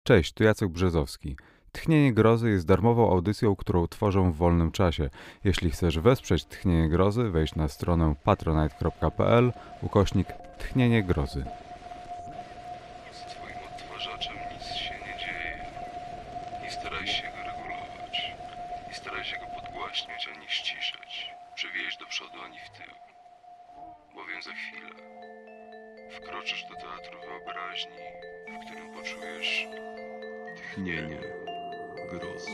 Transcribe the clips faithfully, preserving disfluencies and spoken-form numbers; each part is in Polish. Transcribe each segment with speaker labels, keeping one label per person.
Speaker 1: Cześć, tu Jacek Brzezowski. Tchnienie Grozy jest darmową audycją, którą tworzę w wolnym czasie. Jeśli chcesz wesprzeć Tchnienie Grozy, wejdź na stronę patronite kropka p l ukośnik Tchnienie Grozy.
Speaker 2: Z twoim odtwarzaczem nic się nie dzieje. Nie staraj się go regulować. Nie staraj się go podgłaśniać ani ściszać. Przewieźć do przodu ani w tył. Bowiem za chwilę wkroczysz do teatru wyobraźni, w którym poczujesz tchnienie grozy.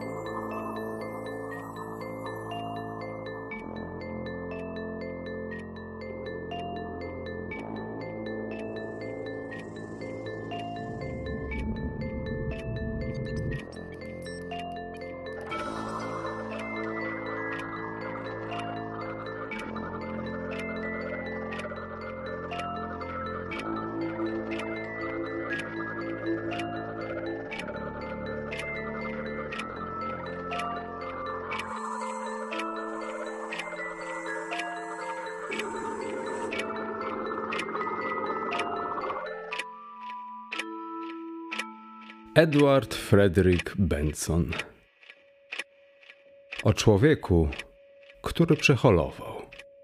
Speaker 3: Edward Frederick Benson. O człowieku, który przeholował.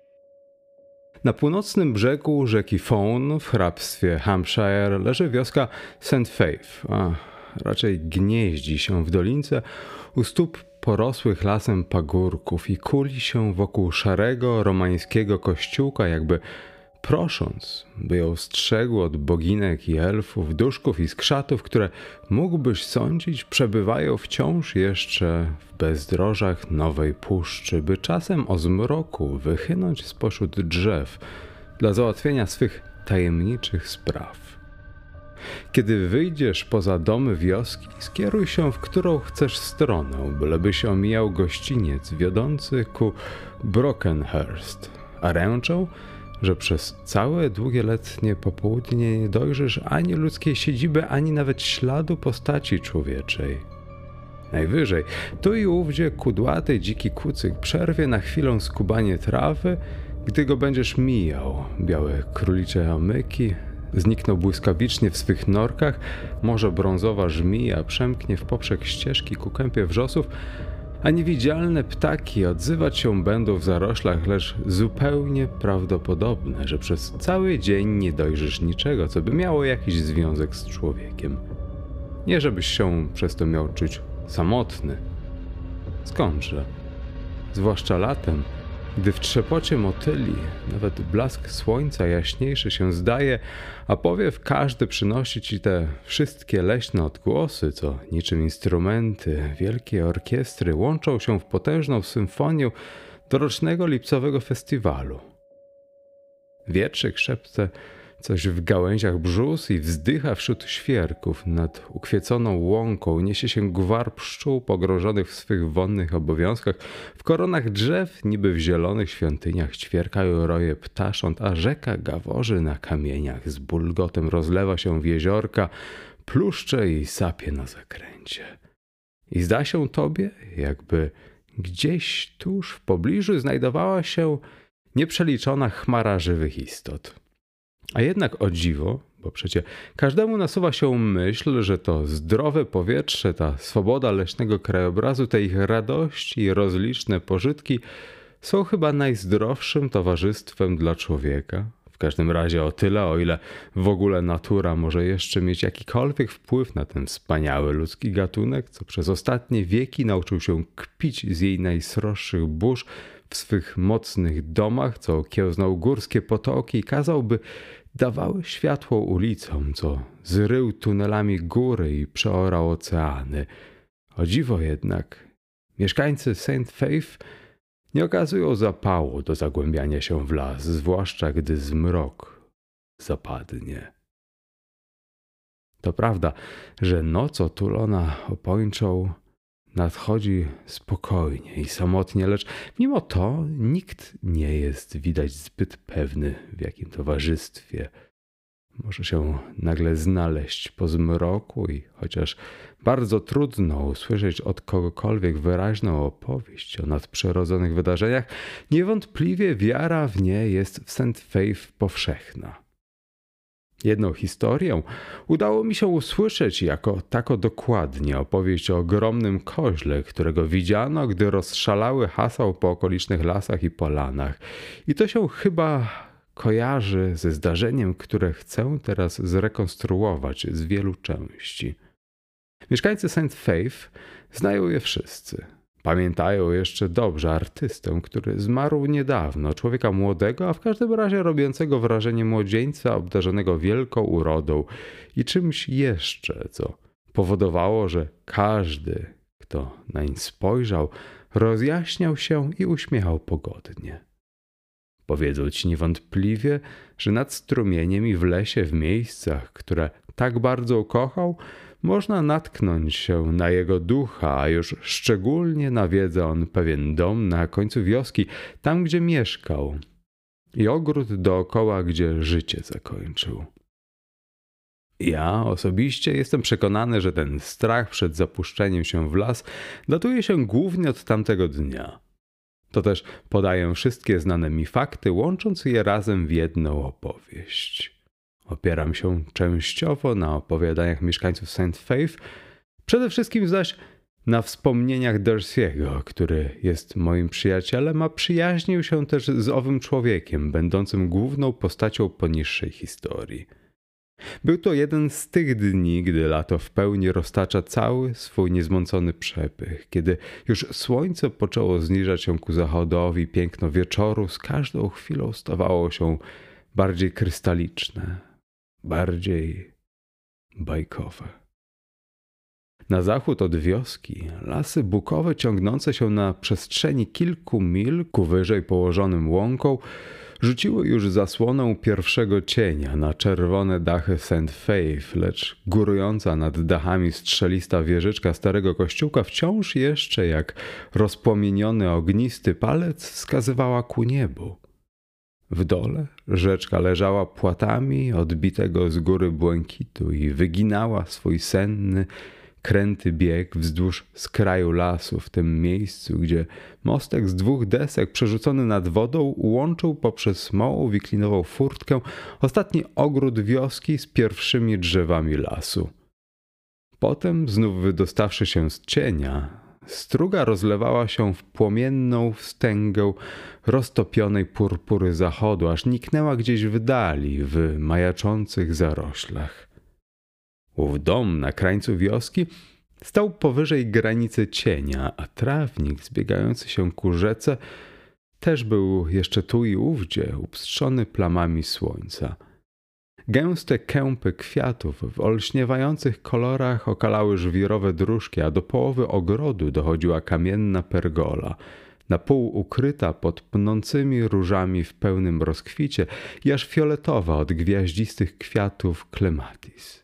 Speaker 3: Na północnym brzegu rzeki Fawn w hrabstwie Hampshire leży wioska Saint Faith, a raczej gnieździ się w dolince u stóp porosłych lasem pagórków i kuli się wokół szarego romańskiego kościółka, jakby prosząc, by ją strzegł od boginek i elfów, duszków i skrzatów, które, mógłbyś sądzić, przebywają wciąż jeszcze w bezdrożach Nowej Puszczy, by czasem o zmroku wychynąć spośród drzew dla załatwienia swych tajemniczych spraw. Kiedy wyjdziesz poza domy wioski, skieruj się w którą chcesz stronę, bylebyś omijał gościniec wiodący ku Brockenhurst, a ręczą, że przez całe długie letnie popołudnie nie dojrzysz ani ludzkiej siedziby, ani nawet śladu postaci człowieczej. Najwyżej tu i ówdzie kudłaty dziki kucyk przerwie na chwilę skubanie trawy, gdy go będziesz mijał. Białe królicze omyki znikną błyskawicznie w swych norkach, może brązowa żmija przemknie w poprzek ścieżki ku kępie wrzosów, a niewidzialne ptaki odzywać się będą w zaroślach, lecz zupełnie prawdopodobne, że przez cały dzień nie dojrzysz niczego, co by miało jakiś związek z człowiekiem. Nie żebyś się przez to miał czuć samotny. Skądże? Zwłaszcza latem, gdy w trzepocie motyli nawet blask słońca jaśniejszy się zdaje, a powiew każdy przynosi ci te wszystkie leśne odgłosy, co niczym instrumenty wielkiej orkiestry łączą się w potężną symfonię dorocznego lipcowego festiwalu. Wietrzyk szepce coś w gałęziach brzus i wzdycha wśród świerków. Nad ukwieconą łąką niesie się gwar pszczół pogrążonych w swych wonnych obowiązkach. W koronach drzew, niby w zielonych świątyniach, ćwierkają roje ptasząt, a rzeka gaworzy na kamieniach. Z bulgotem rozlewa się w jeziorka, pluszcze i sapie na zakręcie. I zda się tobie, jakby gdzieś tuż w pobliżu znajdowała się nieprzeliczona chmara żywych istot. A jednak o dziwo, bo przecie każdemu nasuwa się myśl, że to zdrowe powietrze, ta swoboda leśnego krajobrazu, te ich radości i rozliczne pożytki są chyba najzdrowszym towarzystwem dla człowieka. W każdym razie o tyle, o ile w ogóle natura może jeszcze mieć jakikolwiek wpływ na ten wspaniały ludzki gatunek, co przez ostatnie wieki nauczył się kpić z jej najsroższych burz w swych mocnych domach, co kiełznał górskie potoki i kazał, by dawały światło ulicom, co zrył tunelami góry i przeorał oceany. O dziwo jednak, mieszkańcy Saint Faith nie okazują zapału do zagłębiania się w las, zwłaszcza gdy zmrok zapadnie. To prawda, że noc otulona opończą nadchodzi spokojnie i samotnie, lecz mimo to nikt nie jest widać zbyt pewny, w jakim towarzystwie może się nagle znaleźć po zmroku i chociaż bardzo trudno usłyszeć od kogokolwiek wyraźną opowieść o nadprzyrodzonych wydarzeniach, niewątpliwie wiara w nie jest w Saint Faith powszechna. Jedną historię udało mi się usłyszeć jako tako dokładnie opowieść o ogromnym koźle, którego widziano, gdy rozszalały hasał po okolicznych lasach i polanach. I to się chyba kojarzy ze zdarzeniem, które chcę teraz zrekonstruować z wielu części. Mieszkańcy Saint Faith znają je wszyscy. Pamiętają jeszcze dobrze artystę, który zmarł niedawno, człowieka młodego, a w każdym razie robiącego wrażenie młodzieńca obdarzonego wielką urodą i czymś jeszcze, co powodowało, że każdy, kto nań spojrzał, rozjaśniał się i uśmiechał pogodnie. Powiedzą ci niewątpliwie, że nad strumieniem i w lesie, w miejscach, które tak bardzo ukochał, można natknąć się na jego ducha, a już szczególnie nawiedza on pewien dom na końcu wioski, tam gdzie mieszkał, i ogród dookoła, gdzie życie zakończył. Ja osobiście jestem przekonany, że ten strach przed zapuszczeniem się w las datuje się głównie od tamtego dnia. To też podaję wszystkie znane mi fakty, łącząc je razem w jedną opowieść. Opieram się częściowo na opowiadaniach mieszkańców Saint Faith, przede wszystkim zaś na wspomnieniach Darcy'ego, który jest moim przyjacielem, a przyjaźnił się też z owym człowiekiem, będącym główną postacią poniższej historii. Był to jeden z tych dni, gdy lato w pełni roztacza cały swój niezmącony przepych, kiedy już słońce poczęło zniżać się ku zachodowi, piękno wieczoru z każdą chwilą stawało się bardziej krystaliczne, bardziej bajkowe. Na zachód od wioski lasy bukowe ciągnące się na przestrzeni kilku mil ku wyżej położonym łąką rzuciły już zasłonę pierwszego cienia na czerwone dachy Saint Faith, lecz górująca nad dachami strzelista wieżyczka starego kościółka wciąż jeszcze jak rozpłomieniony ognisty palec wskazywała ku niebu. W dole rzeczka leżała płatami odbitego z góry błękitu i wyginała swój senny, kręty bieg wzdłuż skraju lasu w tym miejscu, gdzie mostek z dwóch desek przerzucony nad wodą łączył poprzez małą wiklinową furtkę ostatni ogród wioski z pierwszymi drzewami lasu. Potem, znów wydostawszy się z cienia, struga rozlewała się w płomienną wstęgę roztopionej purpury zachodu, aż niknęła gdzieś w dali w majaczących zaroślach. Ów dom na krańcu wioski stał powyżej granicy cienia, a trawnik zbiegający się ku rzece też był jeszcze tu i ówdzie upstrzony plamami słońca. Gęste kępy kwiatów w olśniewających kolorach okalały żwirowe dróżki, a do połowy ogrodu dochodziła kamienna pergola, na pół ukryta pod pnącymi różami w pełnym rozkwicie i aż fioletowa od gwiaździstych kwiatów klematis.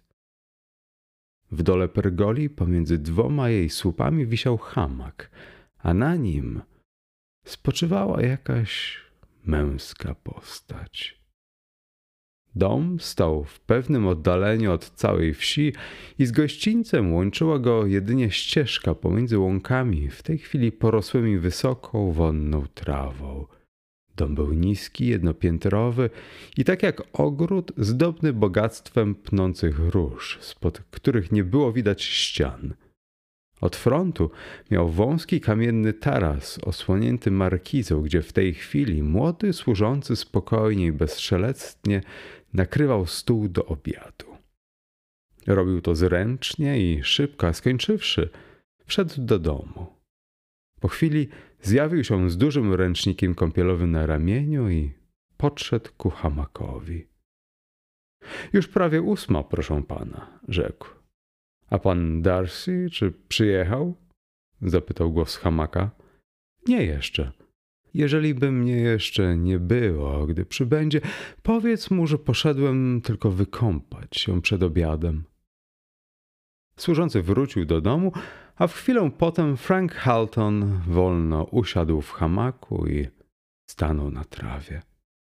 Speaker 3: W dole pergoli pomiędzy dwoma jej słupami wisiał hamak, a na nim spoczywała jakaś męska postać. Dom stał w pewnym oddaleniu od całej wsi i z gościńcem łączyła go jedynie ścieżka pomiędzy łąkami, w tej chwili porosłymi wysoką, wonną trawą. Dom był niski, jednopiętrowy i tak jak ogród zdobny bogactwem pnących róż, spod których nie było widać ścian. Od frontu miał wąski kamienny taras osłonięty markizą, gdzie w tej chwili młody służący spokojnie i bezszelectnie nakrywał stół do obiadu. Robił to zręcznie i szybko, a skończywszy, wszedł do domu. Po chwili zjawił się z dużym ręcznikiem kąpielowym na ramieniu i podszedł ku hamakowi. Już prawie ósma, proszę pana, rzekł. A pan Darcy, czy przyjechał? Zapytał głos z hamaka. Nie jeszcze. Jeżeli by mnie jeszcze nie było, gdy przybędzie, powiedz mu, że poszedłem tylko wykąpać się przed obiadem. Służący wrócił do domu, a w chwilę potem Frank Halton wolno usiadł w hamaku i stanął na trawie.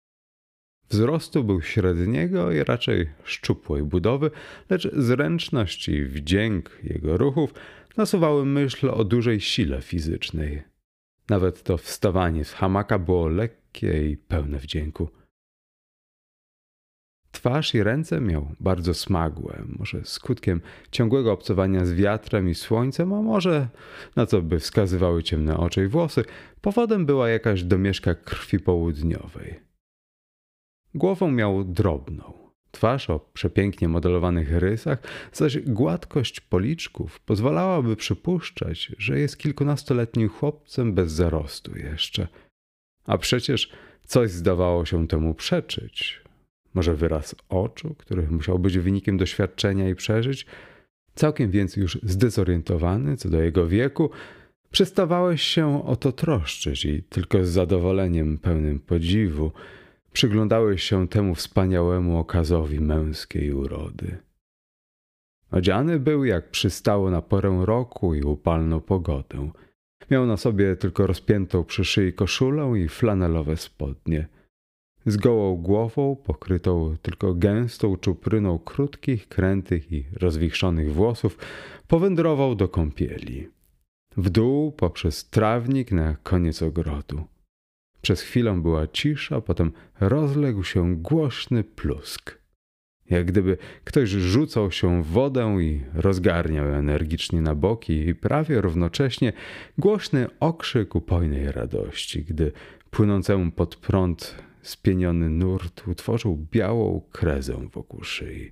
Speaker 3: Wzrostu był średniego i raczej szczupłej budowy, lecz zręczność i wdzięk jego ruchów nasuwały myśl o dużej sile fizycznej. Nawet to wstawanie z hamaka było lekkie i pełne wdzięku. Twarz i ręce miał bardzo smagłe, może skutkiem ciągłego obcowania z wiatrem i słońcem, a może, na co by wskazywały ciemne oczy i włosy, powodem była jakaś domieszka krwi południowej. Głową miał drobną, twarz o przepięknie modelowanych rysach, zaś gładkość policzków pozwalałaby przypuszczać, że jest kilkunastoletnim chłopcem bez zarostu jeszcze. A przecież coś zdawało się temu przeczyć. Może wyraz oczu, który musiał być wynikiem doświadczenia i przeżyć. Całkiem więc już zdezorientowany co do jego wieku, przestawałeś się o to troszczyć i tylko z zadowoleniem pełnym podziwu przyglądałeś się temu wspaniałemu okazowi męskiej urody. Odziany był, jak przystało na porę roku i upalną pogodę. Miał na sobie tylko rozpiętą przy szyi koszulę i flanelowe spodnie. Z gołą głową, pokrytą tylko gęstą czupryną krótkich, krętych i rozwichrzonych włosów, powędrował do kąpieli. W dół poprzez trawnik na koniec ogrodu. Przez chwilę była cisza, potem rozległ się głośny plusk. Jak gdyby ktoś rzucał się w wodę i rozgarniał energicznie na boki i prawie równocześnie głośny okrzyk upojnej radości, gdy płynącemu pod prąd spieniony nurt utworzył białą krezę wokół szyi.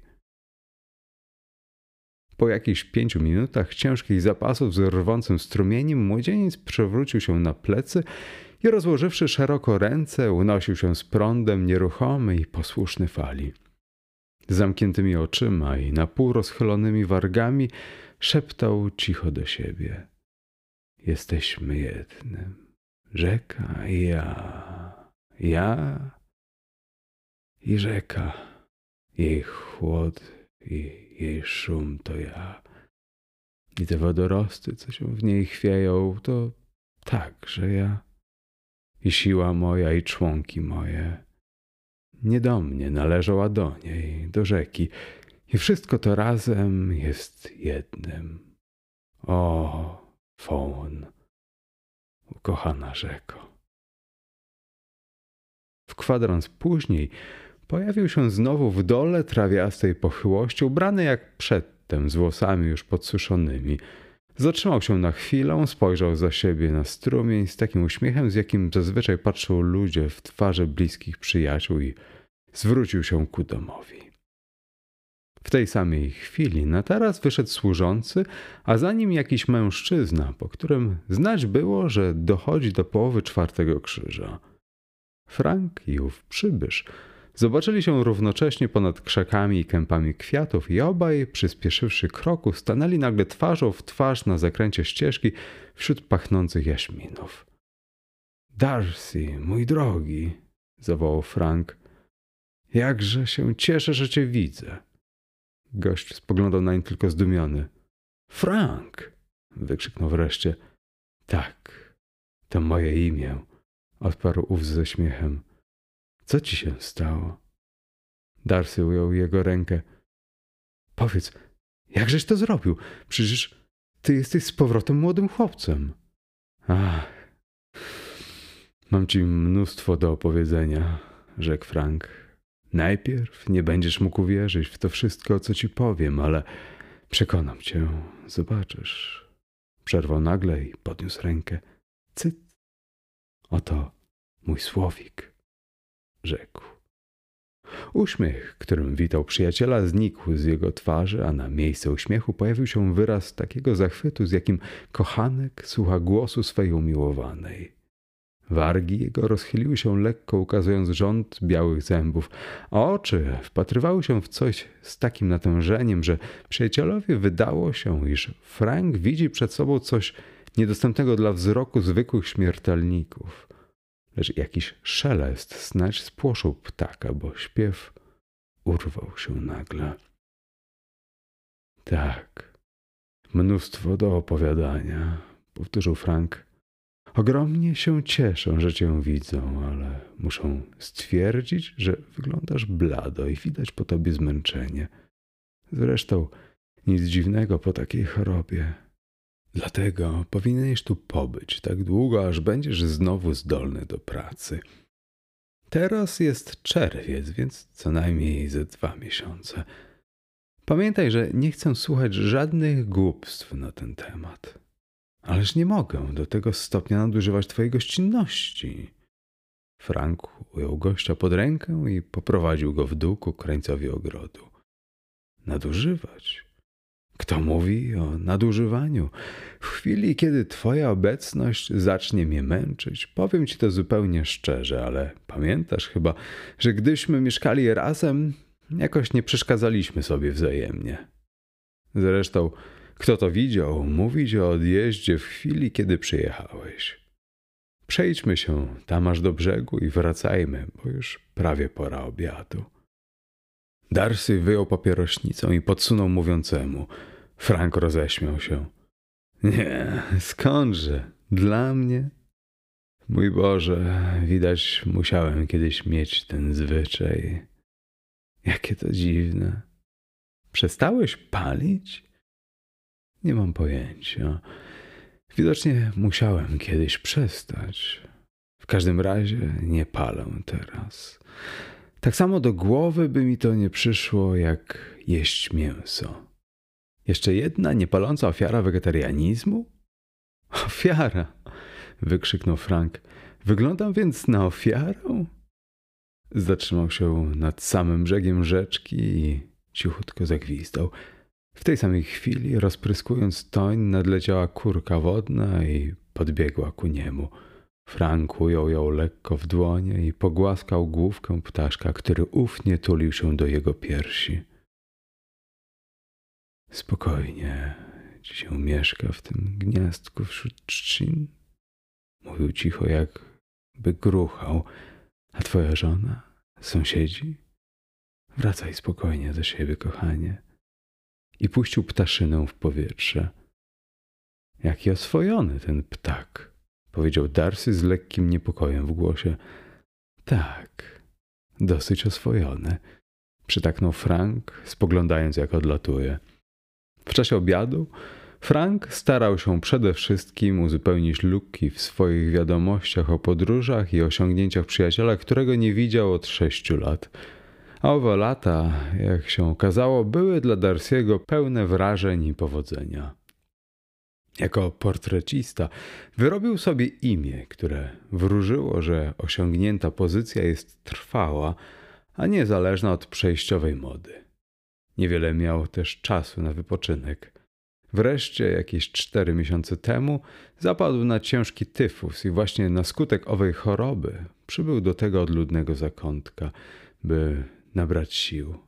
Speaker 3: Po jakichś pięciu minutach ciężkich zapasów z rwącym strumieniem młodzieniec przewrócił się na plecy i rozłożywszy szeroko ręce, unosił się z prądem nieruchomy i posłuszny fali. Z zamkniętymi oczyma i na pół rozchylonymi wargami szeptał cicho do siebie. Jesteśmy jednym. Rzeka i ja. Ja i rzeka. Jej chłód i jej szum to ja. I te wodorosty, co się w niej chwieją, to także ja. I siła moja i członki moje. Nie do mnie należą, a do niej, do rzeki. I wszystko to razem jest jednym. O, Faun, ukochana rzeko. W kwadrans później pojawił się znowu w dole trawiastej pochyłości, ubrany jak przedtem, z włosami już podsuszonymi. Zatrzymał się na chwilę, spojrzał za siebie na strumień z takim uśmiechem, z jakim zazwyczaj patrzą ludzie w twarze bliskich przyjaciół i zwrócił się ku domowi. W tej samej chwili na taras wyszedł służący, a za nim jakiś mężczyzna, po którym znać było, że dochodzi do połowy czwartego krzyża. Frank i ów przybysz zobaczyli się równocześnie ponad krzakami i kępami kwiatów i obaj, przyspieszywszy kroku, stanęli nagle twarzą w twarz na zakręcie ścieżki wśród pachnących jaśminów. — Darcy, mój drogi! — zawołał Frank. — Jakże się cieszę, że cię widzę! Gość spoglądał nań tylko zdumiony. — Frank! — wykrzyknął wreszcie. — Tak, to moje imię — odparł ów ze śmiechem. — Co ci się stało? Darcy ujął jego rękę. — Powiedz, jakżeś to zrobił? Przecież ty jesteś z powrotem młodym chłopcem. — Ach, mam ci mnóstwo do opowiedzenia — rzekł Frank. — Najpierw nie będziesz mógł uwierzyć w to wszystko, co ci powiem, ale przekonam cię, zobaczysz. Przerwał nagle i podniósł rękę. — Cyt! Oto mój słowik — rzekł. Uśmiech, którym witał przyjaciela, znikł z jego twarzy, a na miejsce uśmiechu pojawił się wyraz takiego zachwytu, z jakim kochanek słucha głosu swej umiłowanej. Wargi jego rozchyliły się lekko, ukazując rząd białych zębów, a oczy wpatrywały się w coś z takim natężeniem, że przyjacielowi wydało się, iż Frank widzi przed sobą coś niedostępnego dla wzroku zwykłych śmiertelników. Lecz jakiś szelest snadź spłoszył ptaka, bo śpiew urwał się nagle. Tak, mnóstwo do opowiadania, powtórzył Frank. Ogromnie się cieszę, że cię widzę, ale muszę stwierdzić, że wyglądasz blado i widać po tobie zmęczenie. Zresztą nic dziwnego po takiej chorobie. Dlatego powinieneś tu pobyć tak długo, aż będziesz znowu zdolny do pracy. Teraz jest czerwiec, więc co najmniej ze dwa miesiące. Pamiętaj, że nie chcę słuchać żadnych głupstw na ten temat. Ależ nie mogę do tego stopnia nadużywać twojej gościnności. Frank ujął gościa pod rękę i poprowadził go w dół ku krańcowi ogrodu. Nadużywać? Kto mówi o nadużywaniu? W chwili, kiedy twoja obecność zacznie mnie męczyć, powiem ci to zupełnie szczerze, ale pamiętasz chyba, że gdyśmy mieszkali razem, jakoś nie przeszkadzaliśmy sobie wzajemnie. Zresztą, kto to widział, mówić o odjeździe w chwili, kiedy przyjechałeś. Przejdźmy się tam aż do brzegu i wracajmy, bo już prawie pora obiadu. Darcy wyjął papierośnicę i podsunął mówiącemu. Frank roześmiał się. Nie, skądże? Dla mnie? Mój Boże, widać musiałem kiedyś mieć ten zwyczaj. Jakie to dziwne. Przestałeś palić? Nie mam pojęcia. Widocznie musiałem kiedyś przestać. W każdym razie nie palę teraz. Tak samo do głowy by mi to nie przyszło, jak jeść mięso. Jeszcze jedna niepaląca ofiara wegetarianizmu? Ofiara! Wykrzyknął Frank. Wyglądam więc na ofiarę? Zatrzymał się nad samym brzegiem rzeczki i cichutko zagwizdał. W tej samej chwili, rozpryskując toń, nadleciała kurka wodna i podbiegła ku niemu. Frank ujął ją lekko w dłonie i pogłaskał główkę ptaszka, który ufnie tulił się do jego piersi. Spokojnie ci się mieszka w tym gniazdku wśród trzcin? Mówił cicho, jakby gruchał. A twoja żona? Sąsiedzi? Wracaj spokojnie do siebie, kochanie. I puścił ptaszynę w powietrze. Jaki oswojony ten ptak, powiedział Darcy z lekkim niepokojem w głosie. Tak, dosyć oswojony, przytaknął Frank, spoglądając jak odlatuje. W czasie obiadu Frank starał się przede wszystkim uzupełnić luki w swoich wiadomościach o podróżach i osiągnięciach przyjaciela, którego nie widział od sześciu lat. A owe lata, jak się okazało, były dla Darcy'ego pełne wrażeń i powodzenia. Jako portrecista wyrobił sobie imię, które wróżyło, że osiągnięta pozycja jest trwała, a nie zależna od przejściowej mody. Niewiele miał też czasu na wypoczynek. Wreszcie, jakieś cztery miesiące temu, zapadł na ciężki tyfus i właśnie na skutek owej choroby przybył do tego odludnego zakątka, by nabrać sił.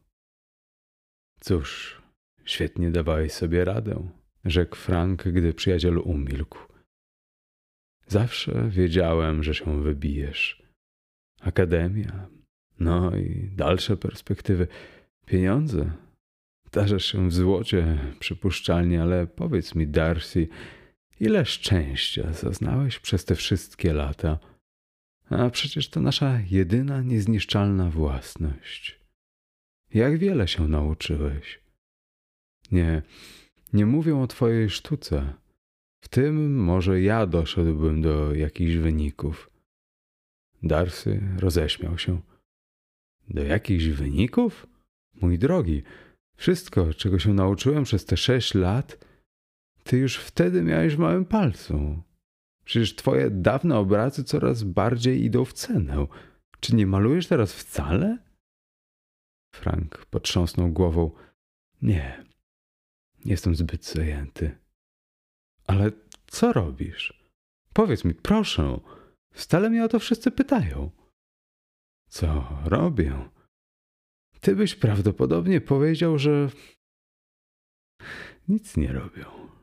Speaker 3: Cóż, świetnie dawałeś sobie radę, rzekł Frank, gdy przyjaciel umilkł. Zawsze wiedziałem, że się wybijesz. Akademia, no i dalsze perspektywy. Pieniądze. Tarzesz się w złocie, przypuszczalnie, ale powiedz mi, Darcy, ile szczęścia zaznałeś przez te wszystkie lata? A przecież to nasza jedyna niezniszczalna własność. Jak wiele się nauczyłeś? Nie, nie mówię o twojej sztuce. W tym może ja doszedłbym do jakichś wyników. Darcy roześmiał się. Do jakichś wyników? Mój drogi, wszystko, czego się nauczyłem przez te sześć lat, ty już wtedy miałeś w małym palcu. Przecież twoje dawne obrazy coraz bardziej idą w cenę. Czy nie malujesz teraz wcale? Frank potrząsnął głową. Nie, jestem zbyt zajęty. Ale co robisz? Powiedz mi, proszę. Stale mnie o to wszyscy pytają. Co robię? Ty byś prawdopodobnie powiedział, że nic nie robią.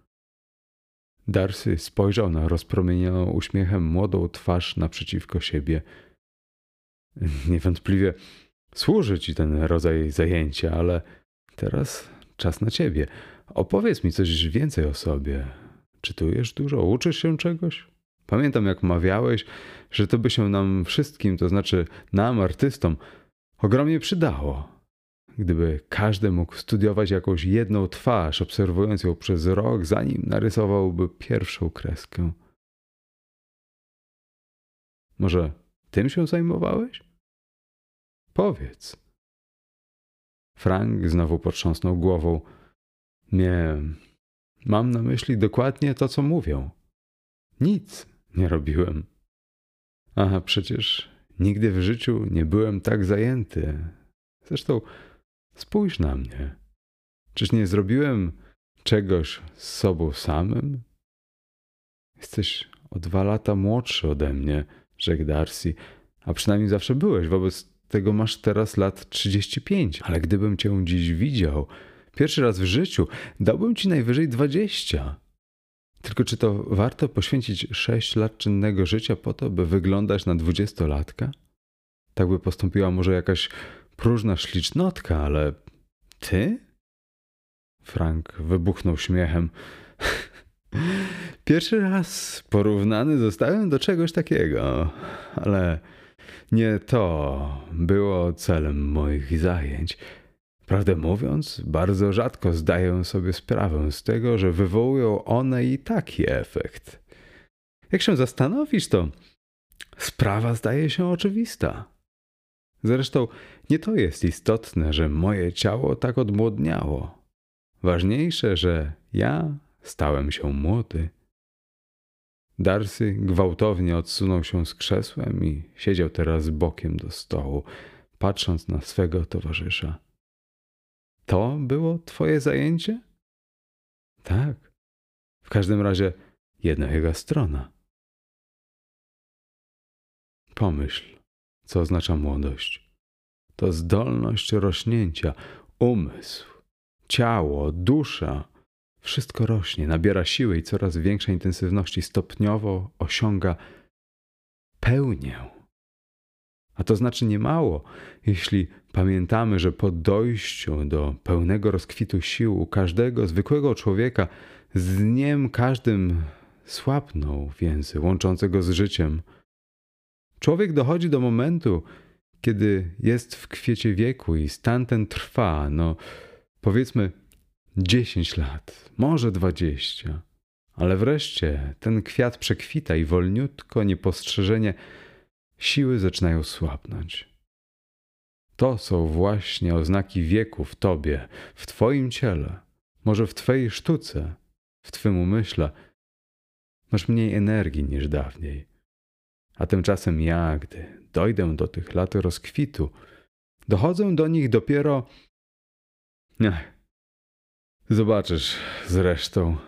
Speaker 3: Darcy spojrzał na rozpromienioną uśmiechem młodą twarz naprzeciwko siebie. Niewątpliwie służy ci ten rodzaj zajęcia, ale teraz czas na ciebie. Opowiedz mi coś więcej o sobie. Czytujesz dużo? Uczysz się czegoś? Pamiętam, jak mawiałeś, że to by się nam wszystkim, to znaczy nam, artystom, ogromnie przydało. Gdyby każdy mógł studiować jakąś jedną twarz, obserwując ją przez rok, zanim narysowałby pierwszą kreskę. Może tym się zajmowałeś? Powiedz. Frank znowu potrząsnął głową. Nie, mam na myśli dokładnie to, co mówią. Nic nie robiłem. Aha, przecież nigdy w życiu nie byłem tak zajęty. Zresztą spójrz na mnie. Czyż nie zrobiłem czegoś z sobą samym? Jesteś o dwa lata młodszy ode mnie, rzekł Darcy, a przynajmniej zawsze byłeś, wobec tego masz teraz lat trzydzieści pięć. Ale gdybym cię dziś widział, pierwszy raz w życiu, dałbym ci najwyżej dwadzieścia. Tylko czy to warto poświęcić sześć lat czynnego życia po to, by wyglądać na dwudziestolatka? Tak by postąpiła może jakaś próżna ślicznotka, ale ty? Frank wybuchnął śmiechem. Pierwszy raz porównany zostałem do czegoś takiego, ale nie to było celem moich zajęć. Prawdę mówiąc, bardzo rzadko zdaję sobie sprawę z tego, że wywołują one i taki efekt. Jak się zastanowisz, to sprawa zdaje się oczywista. Zresztą nie to jest istotne, że moje ciało tak odmłodniało. Ważniejsze, że ja stałem się młody. Darcy gwałtownie odsunął się z krzesłem i siedział teraz bokiem do stołu, patrząc na swego towarzysza. To było twoje zajęcie? Tak. W każdym razie jedna jego strona. Pomyśl, co oznacza młodość. To zdolność rośnięcia, umysł, ciało, dusza. Wszystko rośnie, nabiera siły i coraz większej intensywności, stopniowo osiąga pełnię. A to znaczy niemało, jeśli pamiętamy, że po dojściu do pełnego rozkwitu sił u każdego zwykłego człowieka z dniem każdym słabną więzy łączące go z życiem. Człowiek dochodzi do momentu, kiedy jest w kwiecie wieku i stan ten trwa, no powiedzmy dziesięć lat, może dwadzieścia. Ale wreszcie ten kwiat przekwita i wolniutko, niepostrzeżenie siły zaczynają słabnąć. To są właśnie oznaki wieku w tobie, w twoim ciele, może w twojej sztuce, w twym umyśle. Masz mniej energii niż dawniej. A tymczasem ja, gdy dojdę do tych lat rozkwitu, dochodzę do nich dopiero... Ech, zobaczysz zresztą.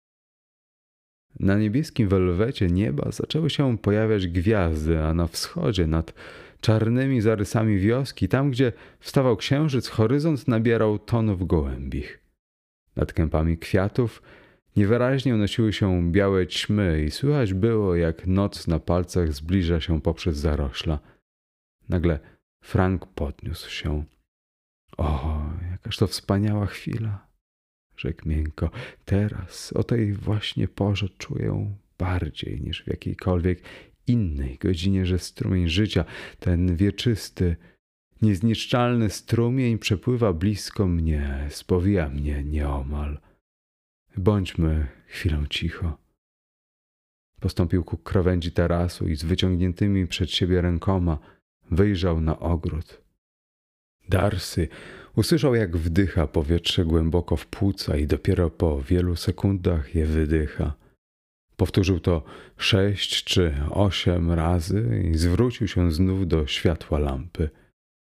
Speaker 3: Na niebieskim welwecie nieba zaczęły się pojawiać gwiazdy, a na wschodzie nad czarnymi zarysami wioski, tam gdzie wstawał księżyc, horyzont nabierał tonów gołębich. Nad kępami kwiatów niewyraźnie unosiły się białe ćmy i słychać było, jak noc na palcach zbliża się poprzez zarośla. Nagle Frank podniósł się. O, jakaż to wspaniała chwila, rzekł miękko. Teraz, o tej właśnie porze czuję bardziej niż w jakiejkolwiek innej godzinie, że strumień życia, ten wieczysty, niezniszczalny strumień przepływa blisko mnie, spowija mnie nieomal. Bądźmy chwilę cicho. Postąpił ku krawędzi tarasu i z wyciągniętymi przed siebie rękoma wyjrzał na ogród. Darcy usłyszał, jak wdycha powietrze głęboko w płuca i dopiero po wielu sekundach je wydycha. Powtórzył to sześć czy osiem razy i zwrócił się znów do światła lampy.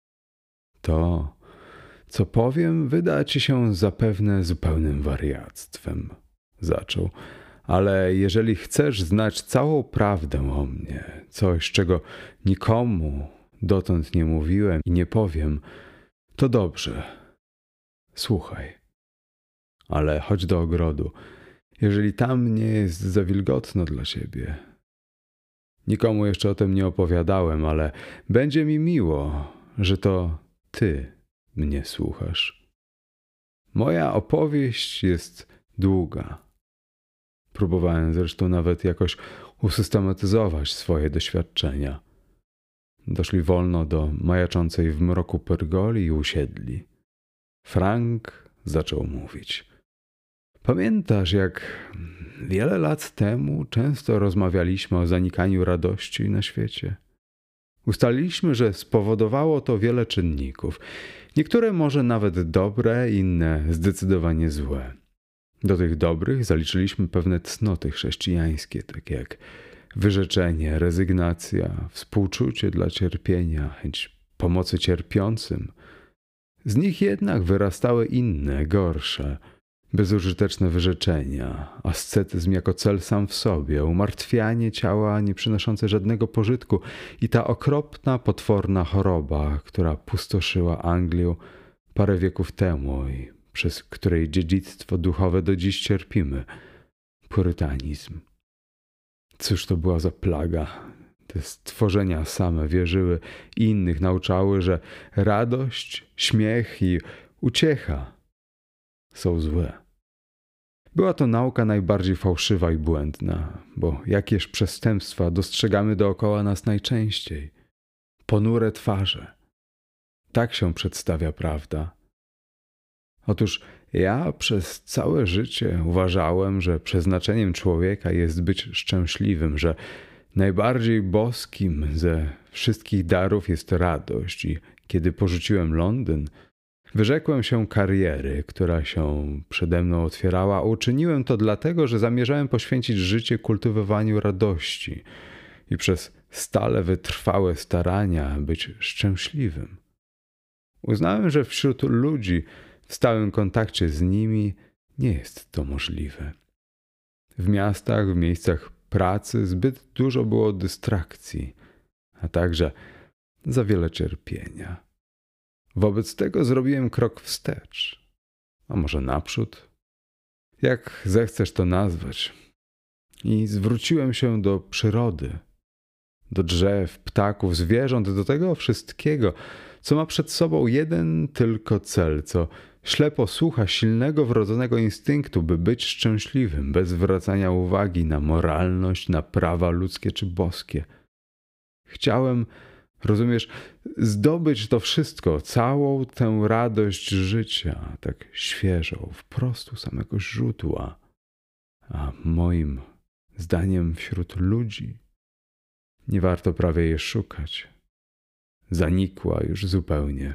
Speaker 3: To, co powiem, wyda ci się zapewne zupełnym wariactwem, zaczął. Ale jeżeli chcesz znać całą prawdę o mnie, coś, czego nikomu dotąd nie mówiłem i nie powiem, to dobrze. Słuchaj. Ale chodź do ogrodu, jeżeli tam nie jest za wilgotno dla ciebie. Nikomu jeszcze o tym nie opowiadałem, ale będzie mi miło, że to ty mnie słuchasz. Moja opowieść jest długa. Próbowałem zresztą nawet jakoś usystematyzować swoje doświadczenia. Doszli wolno do majaczącej w mroku pergoli i usiedli. Frank zaczął mówić. Pamiętasz, jak wiele lat temu często rozmawialiśmy o zanikaniu radości na świecie? Ustaliliśmy, że spowodowało to wiele czynników. Niektóre może nawet dobre, inne zdecydowanie złe. Do tych dobrych zaliczyliśmy pewne cnoty chrześcijańskie, takie jak wyrzeczenie, rezygnacja, współczucie dla cierpienia, chęć pomocy cierpiącym. Z nich jednak wyrastały inne, gorsze, bezużyteczne wyrzeczenia, ascetyzm jako cel sam w sobie, umartwianie ciała nie przynoszące żadnego pożytku i ta okropna, potworna choroba, która pustoszyła Anglię parę wieków temu i przez której dziedzictwo duchowe do dziś cierpimy. Purytanizm. Cóż to była za plaga? Te stworzenia same wierzyły i innych nauczały, że radość, śmiech i uciecha są złe. Była to nauka najbardziej fałszywa i błędna, bo jakież przestępstwa dostrzegamy dookoła nas najczęściej. Ponure twarze. Tak się przedstawia prawda. Otóż ja przez całe życie uważałem, że przeznaczeniem człowieka jest być szczęśliwym, że najbardziej boskim ze wszystkich darów jest radość i kiedy porzuciłem Londyn, wyrzekłem się kariery, która się przede mną otwierała, a uczyniłem to dlatego, że zamierzałem poświęcić życie kultywowaniu radości i przez stale wytrwałe starania być szczęśliwym. Uznałem, że wśród ludzi w stałym kontakcie z nimi nie jest to możliwe. W miastach, w miejscach pracy zbyt dużo było dystrakcji, a także za wiele cierpienia. Wobec tego zrobiłem krok wstecz, a może naprzód, jak zechcesz to nazwać, i zwróciłem się do przyrody, do drzew, ptaków, zwierząt, do tego wszystkiego, co ma przed sobą jeden tylko cel, co ślepo słucha silnego wrodzonego instynktu, by być szczęśliwym, bez zwracania uwagi na moralność, na prawa ludzkie czy boskie. Chciałem, rozumiesz, zdobyć to wszystko, całą tę radość życia, tak świeżą, wprost u samego źródła. A moim zdaniem wśród ludzi nie warto prawie jej szukać. Zanikła już zupełnie.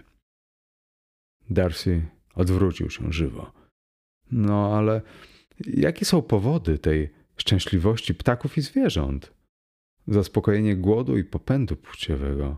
Speaker 3: Darcy odwrócił się żywo. No ale jakie są powody tej szczęśliwości ptaków i zwierząt? Zaspokojenie głodu i popędu płciowego.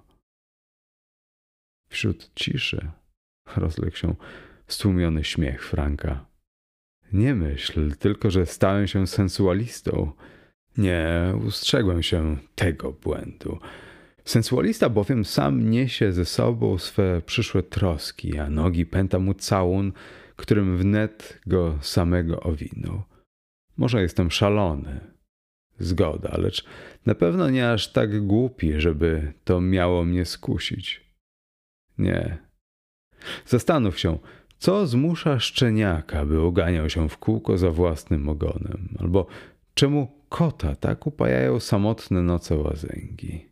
Speaker 3: Wśród ciszy rozległ się stłumiony śmiech Franka. Nie myśl tylko, że stałem się sensualistą. Nie, ustrzegłem się tego błędu. Sensualista bowiem sam niesie ze sobą swe przyszłe troski, a nogi pęta mu całun, którym wnet go samego owinął. Może jestem szalony. Zgoda, lecz na pewno nie aż tak głupi, żeby to miało mnie skusić. Nie. Zastanów się, co zmusza szczeniaka, by uganiał się w kółko za własnym ogonem, albo czemu kota tak upajają samotne noce łazęgi.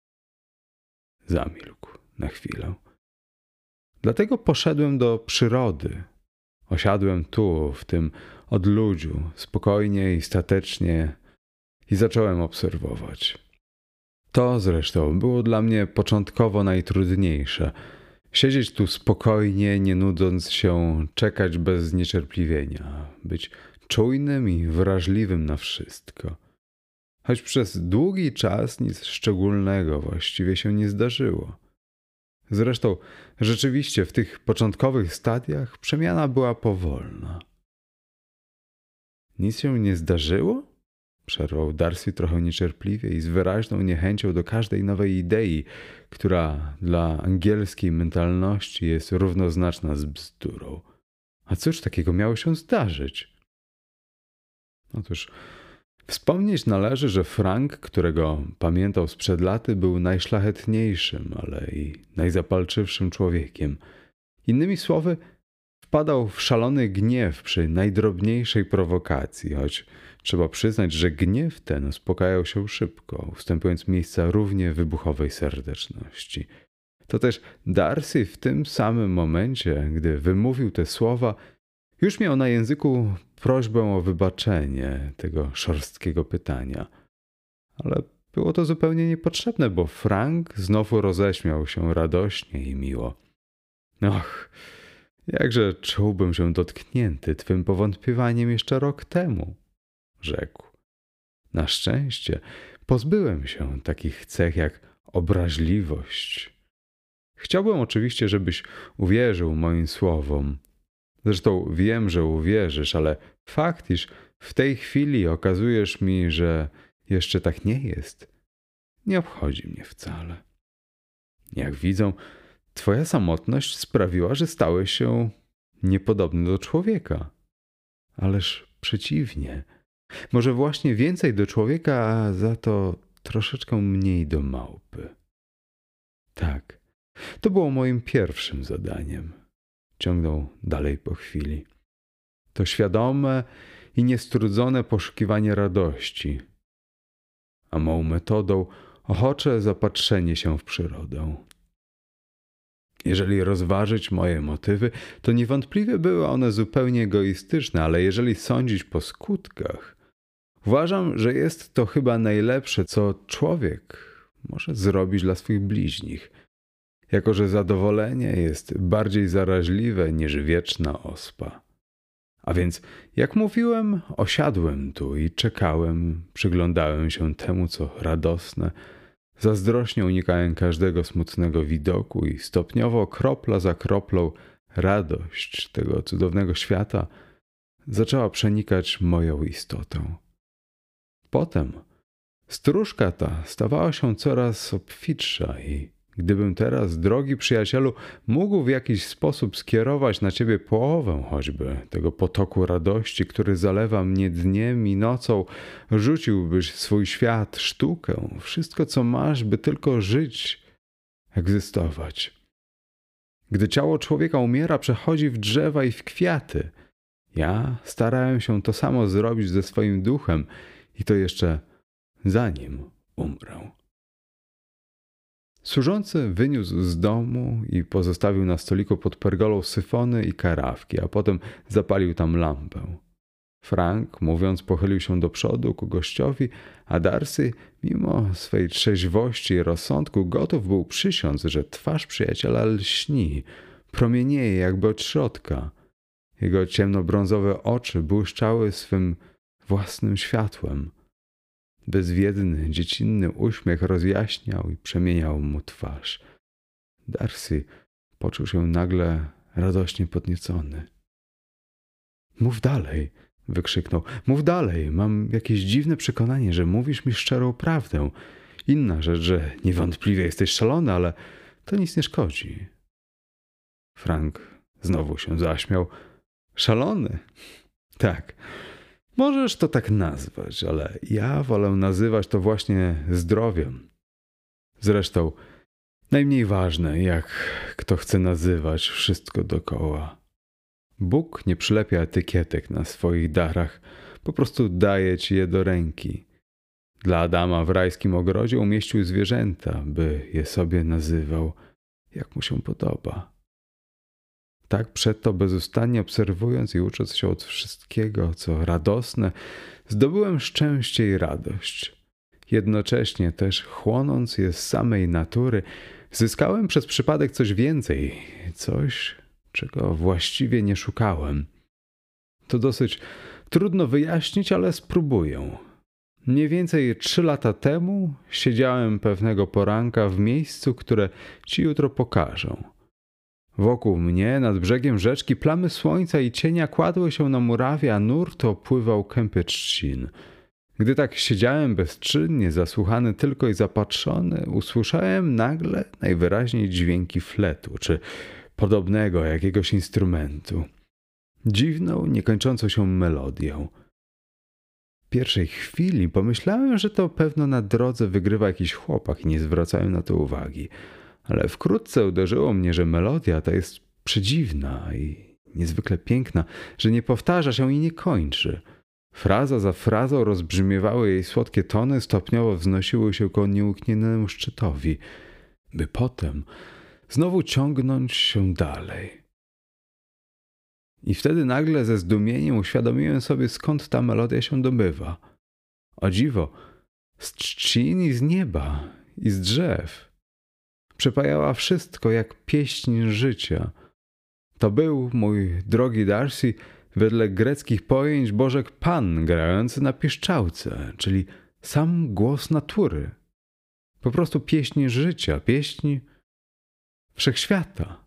Speaker 3: Zamilkł na chwilę. Dlatego poszedłem do przyrody. Osiadłem tu, w tym odludziu, spokojnie i statecznie i zacząłem obserwować. To zresztą było dla mnie początkowo najtrudniejsze. Siedzieć tu spokojnie, nie nudząc się, czekać bez zniecierpliwienia, być czujnym i wrażliwym na wszystko. Choć przez długi czas nic szczególnego właściwie się nie zdarzyło. Zresztą rzeczywiście w tych początkowych stadiach przemiana była powolna. Nic się nie zdarzyło? Przerwał Darcy trochę niecierpliwie i z wyraźną niechęcią do każdej nowej idei, która dla angielskiej mentalności jest równoznaczna z bzdurą. A cóż takiego miało się zdarzyć? Otóż wspomnieć należy, że Frank, którego pamiętał sprzed laty, był najszlachetniejszym, ale i najzapalczywszym człowiekiem. Innymi słowy, wpadał w szalony gniew przy najdrobniejszej prowokacji, choć trzeba przyznać, że gniew ten uspokajał się szybko, ustępując miejsca równie wybuchowej serdeczności. To też Darcy w tym samym momencie, gdy wymówił te słowa, już miał na języku prośbę o wybaczenie tego szorstkiego pytania. Ale było to zupełnie niepotrzebne, bo Frank znowu roześmiał się radośnie i miło. Och, jakże czułbym się dotknięty twym powątpiewaniem jeszcze rok temu, rzekł. Na szczęście pozbyłem się takich cech jak obraźliwość. Chciałbym oczywiście, żebyś uwierzył moim słowom. Zresztą wiem, że uwierzysz, ale fakt, iż w tej chwili okazujesz mi, że jeszcze tak nie jest, nie obchodzi mnie wcale. Jak widzą, twoja samotność sprawiła, że stałeś się niepodobny do człowieka. Ależ przeciwnie. Może właśnie więcej do człowieka, a za to troszeczkę mniej do małpy. Tak, to było moim pierwszym zadaniem. Ciągnął dalej po chwili. To świadome i niestrudzone poszukiwanie radości, a mą metodą ochocze zapatrzenie się w przyrodę. Jeżeli rozważyć moje motywy, to niewątpliwie były one zupełnie egoistyczne, ale jeżeli sądzić po skutkach, uważam, że jest to chyba najlepsze, co człowiek może zrobić dla swych bliźnich, jako że zadowolenie jest bardziej zaraźliwe niż wieczna ospa. A więc, jak mówiłem, osiadłem tu i czekałem, przyglądałem się temu, co radosne, zazdrośnie unikałem każdego smutnego widoku i stopniowo, kropla za kroplą, radość tego cudownego świata zaczęła przenikać moją istotę. Potem stróżka ta stawała się coraz obfitsza i gdybym teraz, drogi przyjacielu, mógł w jakiś sposób skierować na ciebie połowę choćby tego potoku radości, który zalewa mnie dniem i nocą, rzuciłbyś swój świat, sztukę, wszystko co masz, by tylko żyć, egzystować. Gdy ciało człowieka umiera, przechodzi w drzewa i w kwiaty. Ja starałem się to samo zrobić ze swoim duchem i to jeszcze zanim umrę. Służący wyniósł z domu i pozostawił na stoliku pod pergolą syfony i karawki, a potem zapalił tam lampę. Frank, mówiąc, pochylił się do przodu ku gościowi, a Darcy, mimo swej trzeźwości i rozsądku, gotów był przysiąc, że twarz przyjaciela lśni, promienieje jakby od środka. Jego ciemnobrązowe oczy błyszczały swym własnym światłem. Bezwiedny, dziecinny uśmiech rozjaśniał i przemieniał mu twarz. Darcy poczuł się nagle radośnie podniecony. Mów dalej, wykrzyknął. Mów dalej, mam jakieś dziwne przekonanie, że mówisz mi szczerą prawdę. Inna rzecz, że niewątpliwie jesteś szalony, ale to nic nie szkodzi. Frank znowu się zaśmiał. Szalony? Tak. Możesz to tak nazwać, ale ja wolę nazywać to właśnie zdrowiem. Zresztą najmniej ważne, jak kto chce nazywać wszystko dokoła. Bóg nie przylepia etykietek na swoich darach, po prostu daje ci je do ręki. Dla Adama w rajskim ogrodzie umieścił zwierzęta, by je sobie nazywał, jak mu się podoba. Tak przeto bezustannie obserwując i ucząc się od wszystkiego, co radosne, zdobyłem szczęście i radość. Jednocześnie też, chłonąc je z samej natury, zyskałem przez przypadek coś więcej, coś, czego właściwie nie szukałem. To dosyć trudno wyjaśnić, ale spróbuję. Mniej więcej trzy lata temu siedziałem pewnego poranka w miejscu, które ci jutro pokażę. Wokół mnie, nad brzegiem rzeczki, plamy słońca i cienia kładły się na murawie, a nurt opływał kępy trzcin. Gdy tak siedziałem bezczynnie, zasłuchany tylko i zapatrzony, usłyszałem nagle najwyraźniej dźwięki fletu, czy podobnego jakiegoś instrumentu. Dziwną, niekończącą się melodię. W pierwszej chwili pomyślałem, że to pewno na drodze wygrywa jakiś chłopak i nie zwracałem na to uwagi. Ale wkrótce uderzyło mnie, że melodia ta jest przedziwna i niezwykle piękna, że nie powtarza się i nie kończy. Fraza za frazą rozbrzmiewały jej słodkie tony, stopniowo wznosiły się ku nieuknienemu szczytowi, by potem znowu ciągnąć się dalej. I wtedy nagle ze zdumieniem uświadomiłem sobie, skąd ta melodia się dobywa. O dziwo, z trzcin i z nieba i z drzew. Przepajała wszystko jak pieśń życia. To był, mój drogi Darcy, wedle greckich pojęć Bożek Pan grający na piszczałce, czyli sam głos natury. Po prostu pieśń życia, pieśń wszechświata.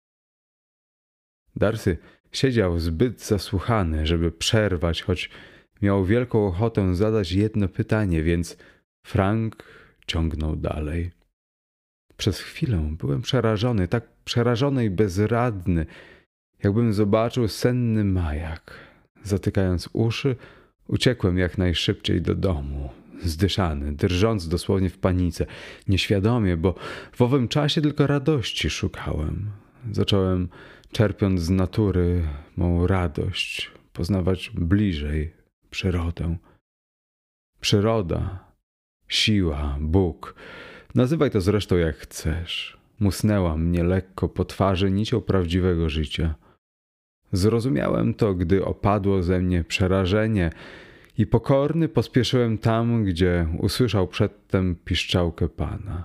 Speaker 3: Darcy siedział zbyt zasłuchany, żeby przerwać, choć miał wielką ochotę zadać jedno pytanie, więc Frank ciągnął dalej. Przez chwilę byłem przerażony, tak przerażony i bezradny, jakbym zobaczył senny majak. Zatykając uszy, uciekłem jak najszybciej do domu, zdyszany, drżąc dosłownie w panice, nieświadomie, bo w owym czasie tylko radości szukałem. Zacząłem, czerpiąc z natury mą radość, poznawać bliżej przyrodę. Przyroda, siła, Bóg, nazywaj to zresztą jak chcesz, musnęła mnie lekko po twarzy nicią prawdziwego życia. Zrozumiałem to, gdy opadło ze mnie przerażenie i pokorny pospieszyłem tam, gdzie usłyszał przedtem piszczałkę Pana.